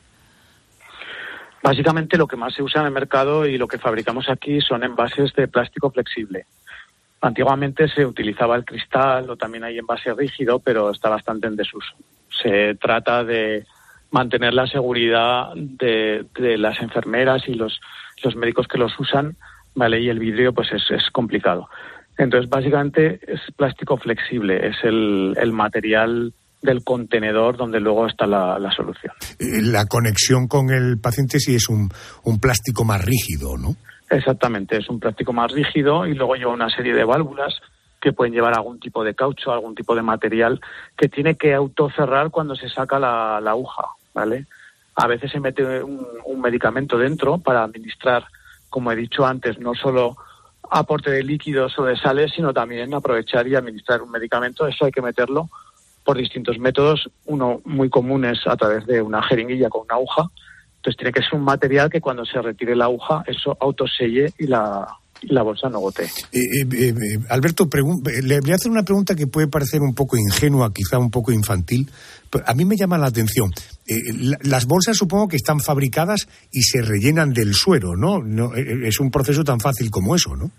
Básicamente lo que más se usa en el mercado y lo que fabricamos aquí son envases de plástico flexible. Antiguamente se utilizaba el cristal o también hay envase rígido, pero está bastante en desuso. Se trata de mantener la seguridad de, de las enfermeras y los, los médicos que los usan, ¿vale? Y el vidrio pues es, es complicado. Entonces, básicamente es plástico flexible, es el, el material del contenedor donde luego está la, la solución. La conexión con el paciente sí es un, un plástico más rígido, ¿no? Exactamente, es un plástico más rígido y luego lleva una serie de válvulas que pueden llevar algún tipo de caucho, algún tipo de material que tiene que autocerrar cuando se saca la, la aguja, ¿vale? A veces se mete un, un medicamento dentro para administrar, como he dicho antes, no solo aporte de líquidos o de sales, sino también aprovechar y administrar un medicamento. Eso hay que meterlo por distintos métodos. Uno muy común es a través de una jeringuilla con una aguja. Entonces tiene que ser un material que cuando se retire la aguja, eso autoselle y la, y la bolsa no gotee. Eh, eh, eh, Alberto, pregun- le voy a hacer una pregunta que puede parecer un poco ingenua, quizá un poco infantil, pero a mí me llama la atención. Eh, la, las bolsas supongo que están fabricadas y se rellenan del suero, ¿no? No eh, es un proceso tan fácil como eso, ¿no?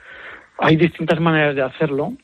Hay distintas maneras de hacerlo.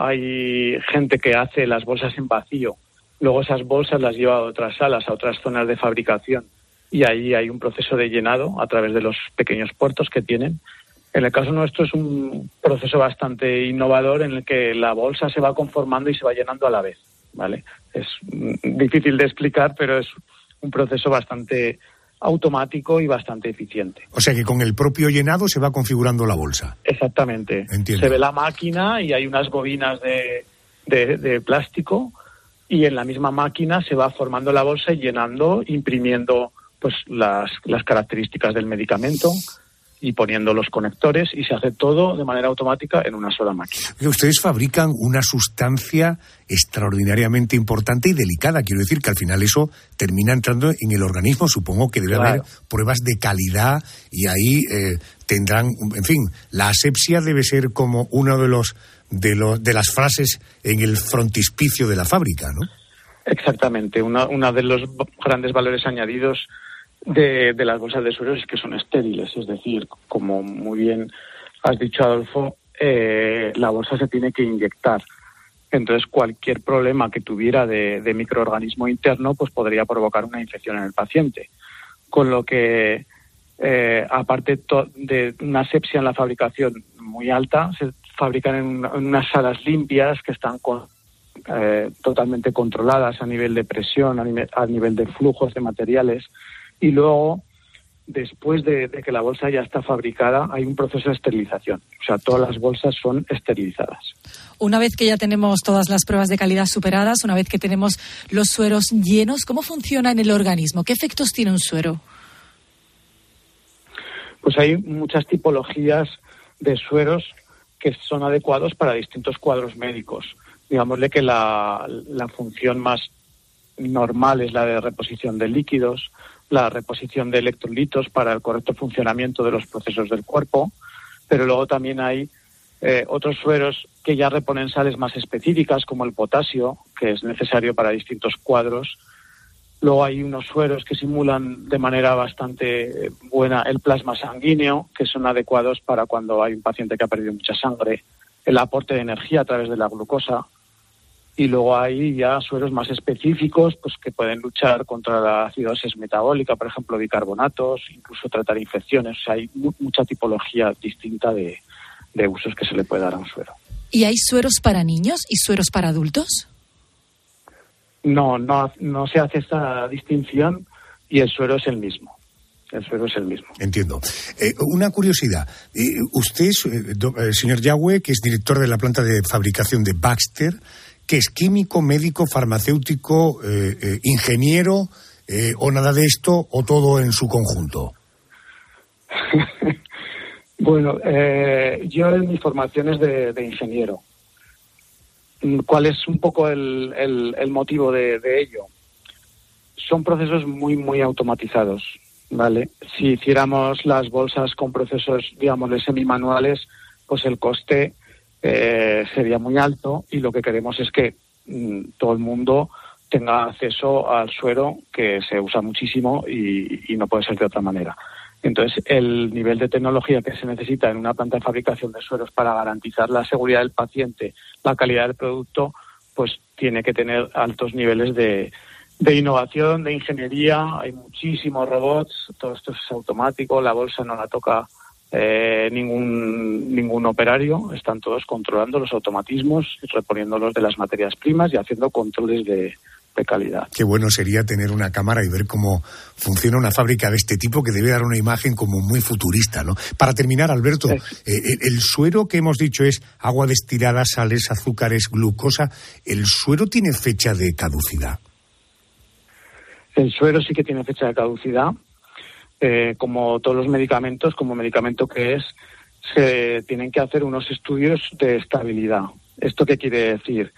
Hay gente que hace las bolsas en vacío, luego esas bolsas las lleva a otras salas, a otras zonas de fabricación y ahí hay un proceso de llenado a través de los pequeños puertos que tienen. En el caso nuestro es un proceso bastante innovador en el que la bolsa se va conformando y se va llenando a la vez, ¿vale? Es difícil de explicar, pero es un proceso bastante automático y bastante eficiente. O sea que con el propio llenado se va configurando la bolsa. Exactamente. Entiendo. Se ve la máquina y hay unas bobinas de, de, de plástico y en la misma máquina se va formando la bolsa y llenando, imprimiendo pues las, las características del medicamento y poniendo los conectores y se hace todo de manera automática en una sola máquina. Ustedes fabrican una sustancia extraordinariamente importante y delicada. Quiero decir que al final eso termina entrando en el organismo. Supongo que debe Claro. haber pruebas de calidad y ahí eh, tendrán, en fin, la asepsia debe ser como uno de los de los de las frases en el frontispicio de la fábrica, ¿no? Exactamente. Una, una de los grandes valores añadidos de, de las bolsas de sueros es que son estériles, es decir, como muy bien has dicho, Adolfo, eh, la bolsa se tiene que inyectar. Entonces, cualquier problema que tuviera de, de microorganismo interno, pues podría provocar una infección en el paciente. Con lo que, eh, aparte to- de una asepsia en la fabricación muy alta, se fabrican en, una, en unas salas limpias que están con, eh, totalmente controladas a nivel de presión, a nivel, a nivel de flujos de materiales. Y luego, después de, de que la bolsa ya está fabricada, hay un proceso de esterilización. O sea, todas las bolsas son esterilizadas. Una vez que ya tenemos todas las pruebas de calidad superadas, una vez que tenemos los sueros llenos, ¿cómo funciona en el organismo? ¿Qué efectos tiene un suero? Pues hay muchas tipologías de sueros que son adecuados para distintos cuadros médicos. Digámosle que la, la función más normal es la de reposición de líquidos, la reposición de electrolitos para el correcto funcionamiento de los procesos del cuerpo, pero luego también hay eh, otros sueros que ya reponen sales más específicas, como el potasio, que es necesario para distintos cuadros. Luego hay unos sueros que simulan de manera bastante buena el plasma sanguíneo, que son adecuados para cuando hay un paciente que ha perdido mucha sangre, el aporte de energía a través de la glucosa. Y luego hay ya sueros más específicos, pues que pueden luchar contra la acidosis metabólica, por ejemplo, bicarbonatos, incluso tratar infecciones. O sea, hay mu- mucha tipología distinta de, de usos que se le puede dar a un suero. ¿Y hay sueros para niños y sueros para adultos? No, no, no se hace esta distinción y el suero es el mismo. El suero es el mismo. Entiendo. Eh, una curiosidad. Eh, usted, eh, do, eh, señor Yagüe, que es director de la planta de fabricación de Baxter, que es químico, médico, farmacéutico, eh, eh, ingeniero, eh, o nada de esto, o todo en su conjunto. Bueno, eh, yo en mi formación es de, de ingeniero. ¿Cuál es un poco el, el, el motivo de, de ello? Son procesos muy, muy automatizados, ¿vale? Si hiciéramos las bolsas con procesos, digamos, semimanuales, pues el coste eh, sería muy alto y lo que queremos es que mmm, todo el mundo tenga acceso al suero, que se usa muchísimo y, y no puede ser de otra manera. Entonces, el nivel de tecnología que se necesita en una planta de fabricación de sueros para garantizar la seguridad del paciente, la calidad del producto, pues tiene que tener altos niveles de, de innovación, de ingeniería. Hay muchísimos robots, todo esto es automático, la bolsa no la toca eh, ningún ningún operario, están todos controlando los automatismos, reponiéndolos de las materias primas y haciendo controles de de calidad. Qué bueno sería tener una cámara y ver cómo funciona una fábrica de este tipo, que debe dar una imagen como muy futurista, ¿no? Para terminar, Alberto, eh, el, el suero que hemos dicho es agua destilada, sales, azúcares, glucosa. ¿El suero tiene fecha de caducidad? El suero sí que tiene fecha de caducidad. Eh, como todos los medicamentos, como medicamento que es, se tienen que hacer unos estudios de estabilidad. ¿Esto qué quiere decir?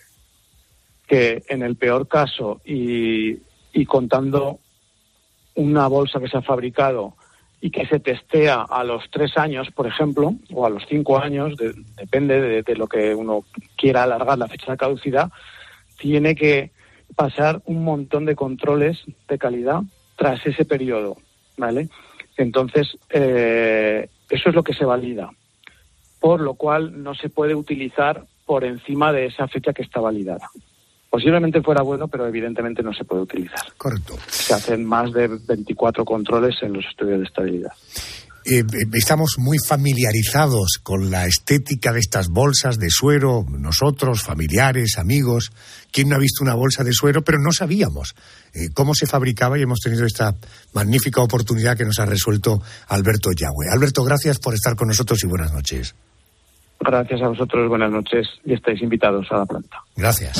Que en el peor caso y, y contando una bolsa que se ha fabricado y que se testea a los tres años, por ejemplo, o a los cinco años, de, depende de, de lo que uno quiera alargar la fecha de caducidad, tiene que pasar un montón de controles de calidad tras ese periodo, ¿vale? Entonces, eh, eso es lo que se valida, por lo cual no se puede utilizar por encima de esa fecha que está validada. Posiblemente fuera bueno, pero evidentemente no se puede utilizar. Correcto. Se hacen más de veinticuatro controles en los estudios de estabilidad. Eh, estamos muy familiarizados con la estética de estas bolsas de suero, nosotros, familiares, amigos. ¿Quién no ha visto una bolsa de suero? Pero no sabíamos eh, cómo se fabricaba y hemos tenido esta magnífica oportunidad que nos ha resuelto Alberto Yagüe. Alberto, gracias por estar con nosotros y buenas noches. Gracias a vosotros, buenas noches y estáis invitados a la planta. Gracias.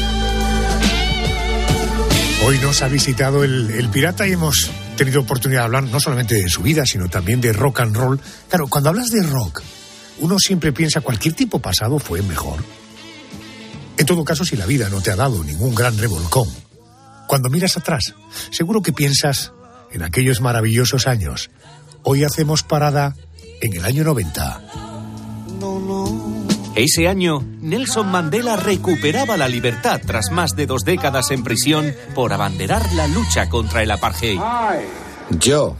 Hoy nos ha visitado el, el pirata y hemos tenido oportunidad de hablar no solamente de su vida, sino también de rock and roll. Claro, cuando hablas de rock, uno siempre piensa cualquier tipo pasado fue mejor. En todo caso, si la vida no te ha dado ningún gran revolcón, cuando miras atrás, seguro que piensas en aquellos maravillosos años. Hoy hacemos parada en el año noventa. No, no. Ese año, Nelson Mandela recuperaba la libertad tras más de dos décadas en prisión por abanderar la lucha contra el apartheid. Yo,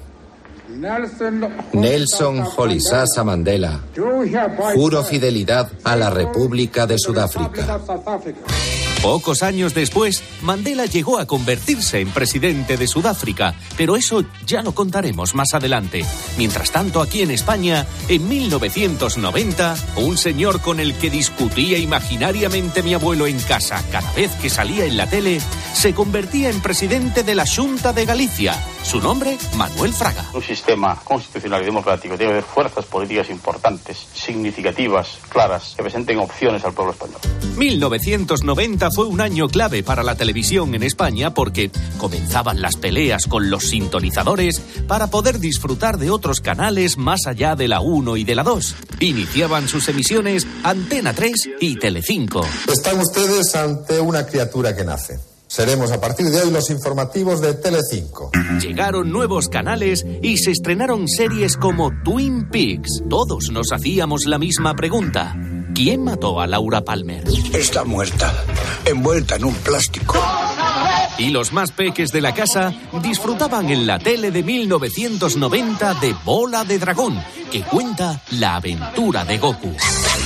Nelson Rolihlahla Mandela, juro fidelidad a la República de Sudáfrica. Pocos años después, Mandela llegó a convertirse en presidente de Sudáfrica, pero eso ya lo contaremos más adelante. Mientras tanto, aquí en España, en mil novecientos noventa, un señor con el que discutía imaginariamente mi abuelo en casa cada vez que salía en la tele, se convertía en presidente de la Xunta de Galicia. Su nombre, Manuel Fraga. Un sistema constitucional y democrático debe haber fuerzas políticas importantes, significativas, claras, que presenten opciones al pueblo español. mil novecientos noventa fue un año clave para la televisión en España porque comenzaban las peleas con los sintonizadores para poder disfrutar de otros canales más allá de la uno y de la dos. Iniciaban sus emisiones Antena tres y Telecinco. Están ustedes ante una criatura que nace. Seremos a partir de hoy los informativos de Telecinco. Llegaron nuevos canales y se estrenaron series como Twin Peaks. Todos nos hacíamos la misma pregunta. ¿Quién mató a Laura Palmer? Está muerta, envuelta en un plástico. Y los más peques de la casa disfrutaban en la tele de mil novecientos noventa de Bola de Dragón, que cuenta la aventura de Goku.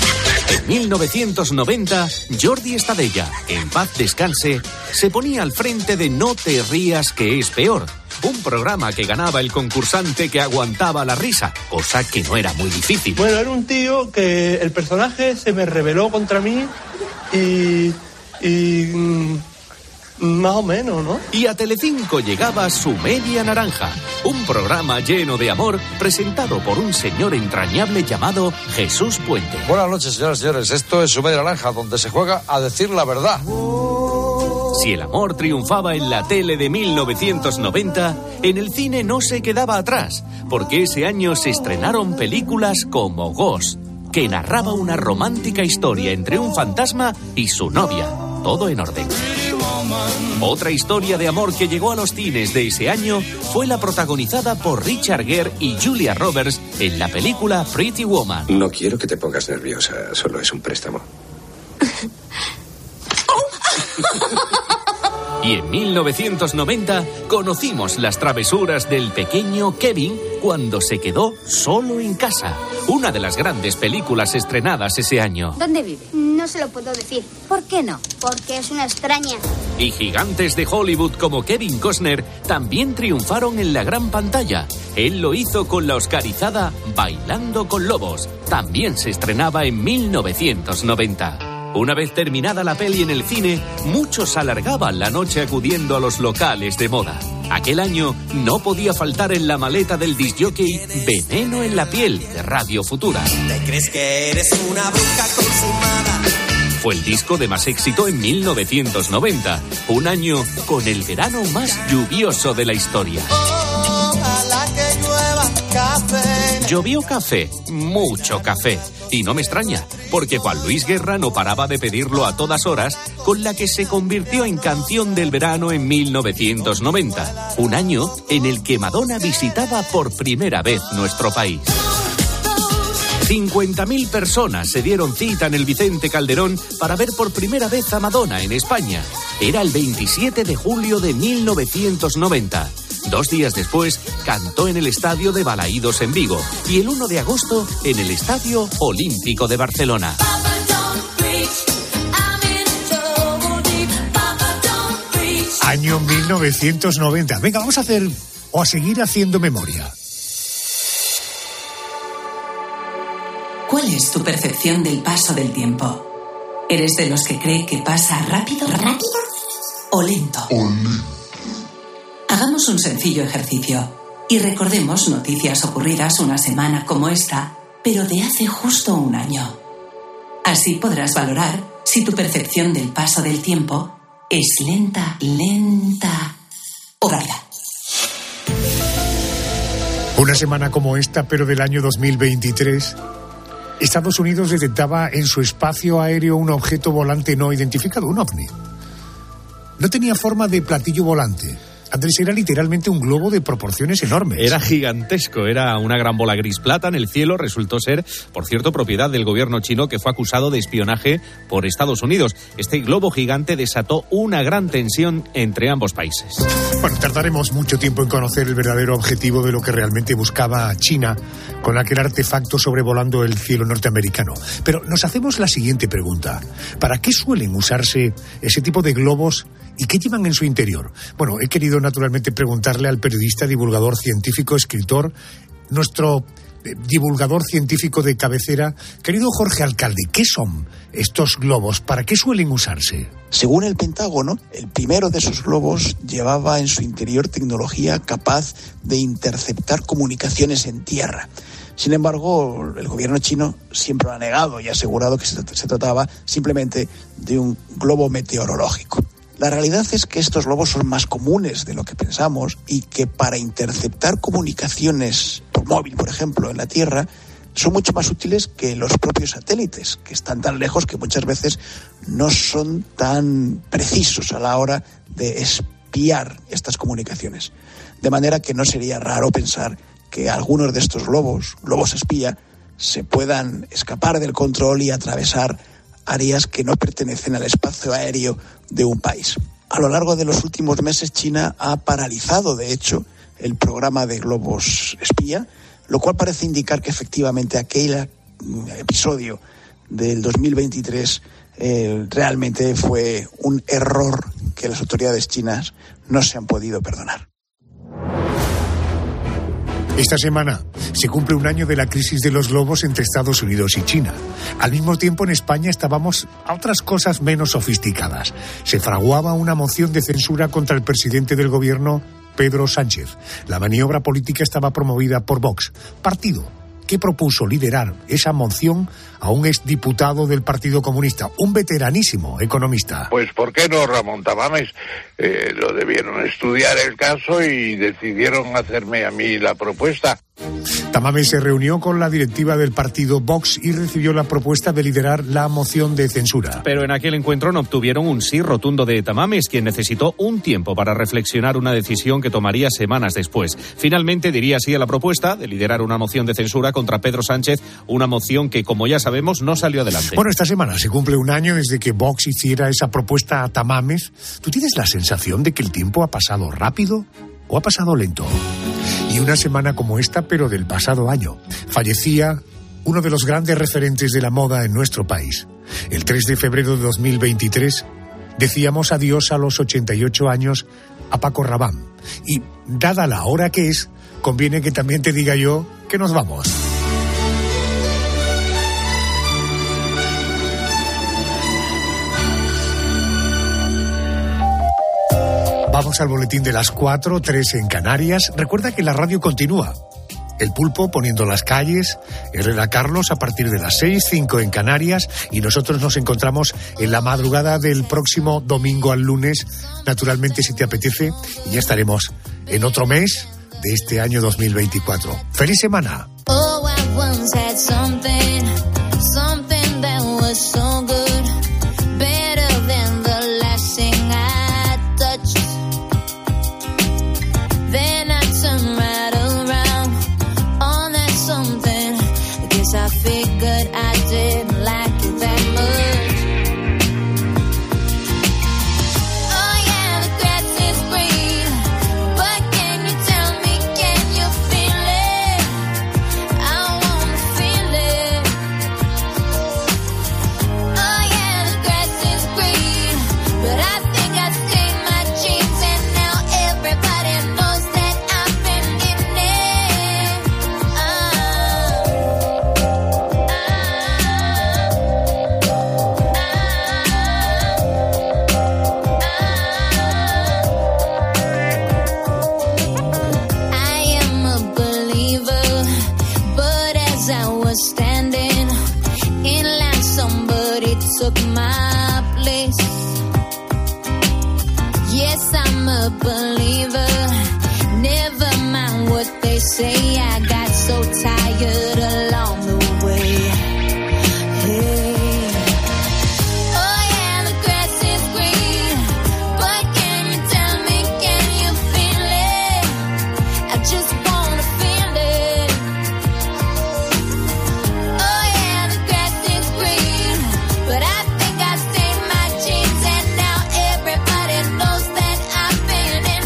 En mil novecientos noventa, Jordi Estadella, en paz descanse, se ponía al frente de No te rías que es peor, un programa que ganaba el concursante que aguantaba la risa, cosa que no era muy difícil. Bueno, era un tío que el personaje se me rebeló contra mí y... y mmm, más o menos, ¿no? Y a Telecinco llegaba Su Media Naranja, un programa lleno de amor presentado por un señor entrañable llamado Jesús Puente. Buenas noches, señoras y señores. Esto es Su Media Naranja, donde se juega a decir la verdad. Si el amor triunfaba en la tele de mil novecientos noventa, en el cine no se quedaba atrás, porque ese año se estrenaron películas como Ghost, que narraba una romántica historia entre un fantasma y su novia, todo en orden. Otra historia de amor que llegó a los cines de ese año fue la protagonizada por Richard Gere y Julia Roberts en la película Pretty Woman. No quiero que te pongas nerviosa, solo es un préstamo. Y en mil novecientos noventa conocimos las travesuras del pequeño Kevin cuando se quedó solo en casa. Una de las grandes películas estrenadas ese año. ¿Dónde vive? No se lo puedo decir. ¿Por qué no? Porque es una extraña. Y gigantes de Hollywood como Kevin Costner también triunfaron en la gran pantalla. Él lo hizo con la oscarizada Bailando con Lobos. También se estrenaba en mil novecientos noventa. Una vez terminada la peli en el cine, muchos alargaban la noche acudiendo a los locales de moda. Aquel año no podía faltar en la maleta del discjockey Veneno en la piel de Radio Futura. ¿Te crees que eres una bruja consumada? Fue el disco de más éxito en mil novecientos noventa, un año con el verano más lluvioso de la historia. Ojalá que llueva café. Llovió café, mucho café. Y no me extraña, porque Juan Luis Guerra no paraba de pedirlo a todas horas, con la que se convirtió en canción del verano en mil novecientos noventa, un año en el que Madonna visitaba por primera vez nuestro país. cincuenta mil personas se dieron cita en el Vicente Calderón para ver por primera vez a Madonna en España. Era el veintisiete de julio de mil novecientos noventa. Dos días después, cantó en el Estadio de Balaídos en Vigo y el uno de agosto en el Estadio Olímpico de Barcelona. Año mil novecientos noventa. Venga, vamos a hacer o a seguir haciendo memoria. ¿Cuál es tu percepción del paso del tiempo? ¿Eres de los que cree que pasa rápido, rápido o lento? Hagamos un sencillo ejercicio y recordemos noticias ocurridas una semana como esta, pero de hace justo un año. Así podrás valorar si tu percepción del paso del tiempo es lenta, lenta o rápida. Una semana como esta, pero del año dos mil veintitrés, Estados Unidos detectaba en su espacio aéreo un objeto volante no identificado, un ovni. No tenía forma de platillo volante. Andrés, era literalmente un globo de proporciones enormes. Era gigantesco, era una gran bola gris plata en el cielo. Resultó ser, por cierto, propiedad del gobierno chino, que fue acusado de espionaje por Estados Unidos. Este globo gigante desató una gran tensión entre ambos países. Bueno, tardaremos mucho tiempo en conocer el verdadero objetivo de lo que realmente buscaba China con aquel artefacto sobrevolando el cielo norteamericano. Pero nos hacemos la siguiente pregunta. ¿Para qué suelen usarse ese tipo de globos y qué llevan en su interior? Bueno, he querido naturalmente preguntarle al periodista, divulgador científico, escritor, nuestro eh, divulgador científico de cabecera, querido Jorge Alcalde, ¿qué son estos globos? ¿Para qué suelen usarse? Según el Pentágono, el primero de esos globos llevaba en su interior tecnología capaz de interceptar comunicaciones en tierra. Sin embargo, el gobierno chino siempre lo ha negado y ha asegurado que se, se trataba simplemente de un globo meteorológico. La realidad es que estos globos son más comunes de lo que pensamos y que para interceptar comunicaciones por móvil, por ejemplo, en la Tierra, son mucho más útiles que los propios satélites, que están tan lejos que muchas veces no son tan precisos a la hora de espiar estas comunicaciones. De manera que no sería raro pensar que algunos de estos globos, globos espía, se puedan escapar del control y atravesar áreas que no pertenecen al espacio aéreo de un país. A lo largo de los últimos meses, China ha paralizado, de hecho, el programa de globos espía, lo cual parece indicar que efectivamente aquel episodio del dos mil veintitrés eh, realmente fue un error que las autoridades chinas no se han podido perdonar. Esta semana se cumple un año de la crisis de los globos entre Estados Unidos y China. Al mismo tiempo, en España estábamos a otras cosas menos sofisticadas. Se fraguaba una moción de censura contra el presidente del gobierno, Pedro Sánchez. La maniobra política estaba promovida por Vox, partido que propuso liderar esa moción a un exdiputado del Partido Comunista, un veteranísimo economista. Pues ¿por qué no, Ramón Tamames? Eh, lo debieron estudiar el caso y decidieron hacerme a mí la propuesta. Tamames se reunió con la directiva del partido Vox y recibió la propuesta de liderar la moción de censura. Pero en aquel encuentro no obtuvieron un sí rotundo de Tamames, quien necesitó un tiempo para reflexionar una decisión que tomaría semanas después. Finalmente diría sí a la propuesta de liderar una moción de censura contra Pedro Sánchez, una moción que, como ya sabemos, no salió adelante. Bueno, esta semana se cumple un año desde que Vox hiciera esa propuesta a Tamames. ¿Tú tienes la sensación de que el tiempo ha pasado rápido o ha pasado lento? Y una semana como esta, pero del pasado año, fallecía uno de los grandes referentes de la moda en nuestro país. El tres de febrero de dos mil veintitrés decíamos adiós a los ochenta y ocho años a Paco Rabanne. Y dada la hora que es, conviene que también te diga yo que nos vamos. Vamos al boletín de las cuatro, tres en Canarias. Recuerda que la radio continúa. El Pulpo poniendo las calles, Herrera Carlos a partir de las seis, cinco en Canarias, y nosotros nos encontramos en la madrugada del próximo domingo al lunes, naturalmente si te apetece, y ya estaremos en otro mes de este año dos mil veinticuatro. ¡Feliz semana! Oh, I once had something, something that was so good, better than the last thing I touched. Then I turned right around on that something. I guess I figured I didn't like it that much. Oh yeah, the grass is green, but can you tell me, can you feel it? I wanna feel it. Oh yeah, the grass is green, but I think I stained my jeans, and now everybody knows that I've been in it. I am a believer, but as I was standing in line, somebody took my place. Yes, I'm a believer, never mind what they say. I got so tired along the way. Hey. Oh yeah, the grass is green, but can you tell me, can you feel it? I just wanna feel it. Oh yeah, the grass is green, but I think I stained my jeans, and now everybody knows that I've been in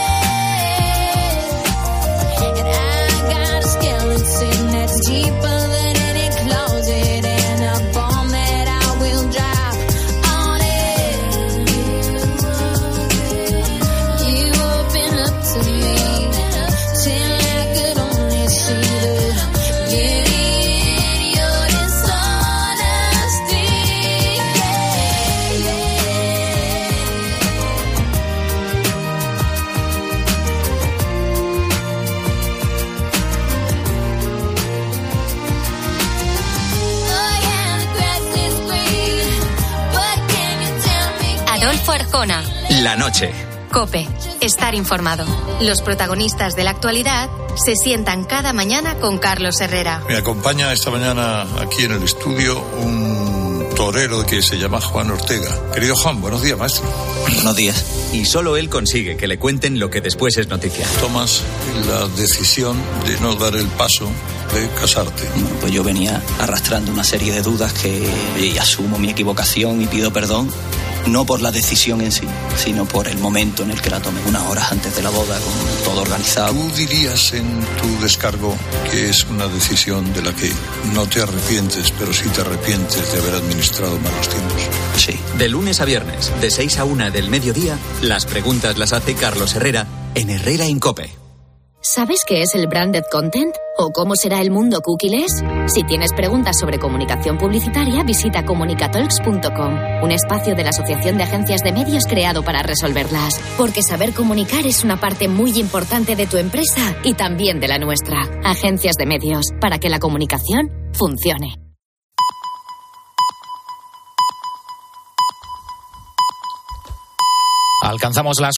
it. And I got a skeleton that's deeper than any closet, and a bomb that I will drop on it. You open up to me till I could only see the beauty in your dishonesty. Oh yeah, the grass is green, but can you tell me? Adolfo Arjona. La noche. COPE. Estar informado. Los protagonistas de la actualidad se sientan cada mañana con Carlos Herrera. Me acompaña esta mañana aquí en el estudio un torero que se llama Juan Ortega. Querido Juan, buenos días, maestro. Buenos días. Y solo él consigue que le cuenten lo que después es noticia. Tomas la decisión de no dar el paso de casarte. Bueno, pues yo venía arrastrando una serie de dudas que y asumo mi equivocación y pido perdón. no por la decisión en sí, sino por el momento en el que la tomé, unas horas antes de la boda, con todo organizado. ¿Tú dirías en tu descargo que es una decisión de la que no te arrepientes, pero sí te arrepientes de haber administrado malos tiempos? Sí. De lunes a viernes, de seis a una del mediodía, las preguntas las hace Carlos Herrera en Herrera in COPE. ¿Sabes qué es el branded content? ¿O cómo será el mundo cookieless? Si tienes preguntas sobre comunicación publicitaria, visita comunicatalks punto com, un espacio de la Asociación de Agencias de Medios creado para resolverlas. Porque saber comunicar es una parte muy importante de tu empresa y también de la nuestra. Agencias de Medios, para que la comunicación funcione. Alcanzamos las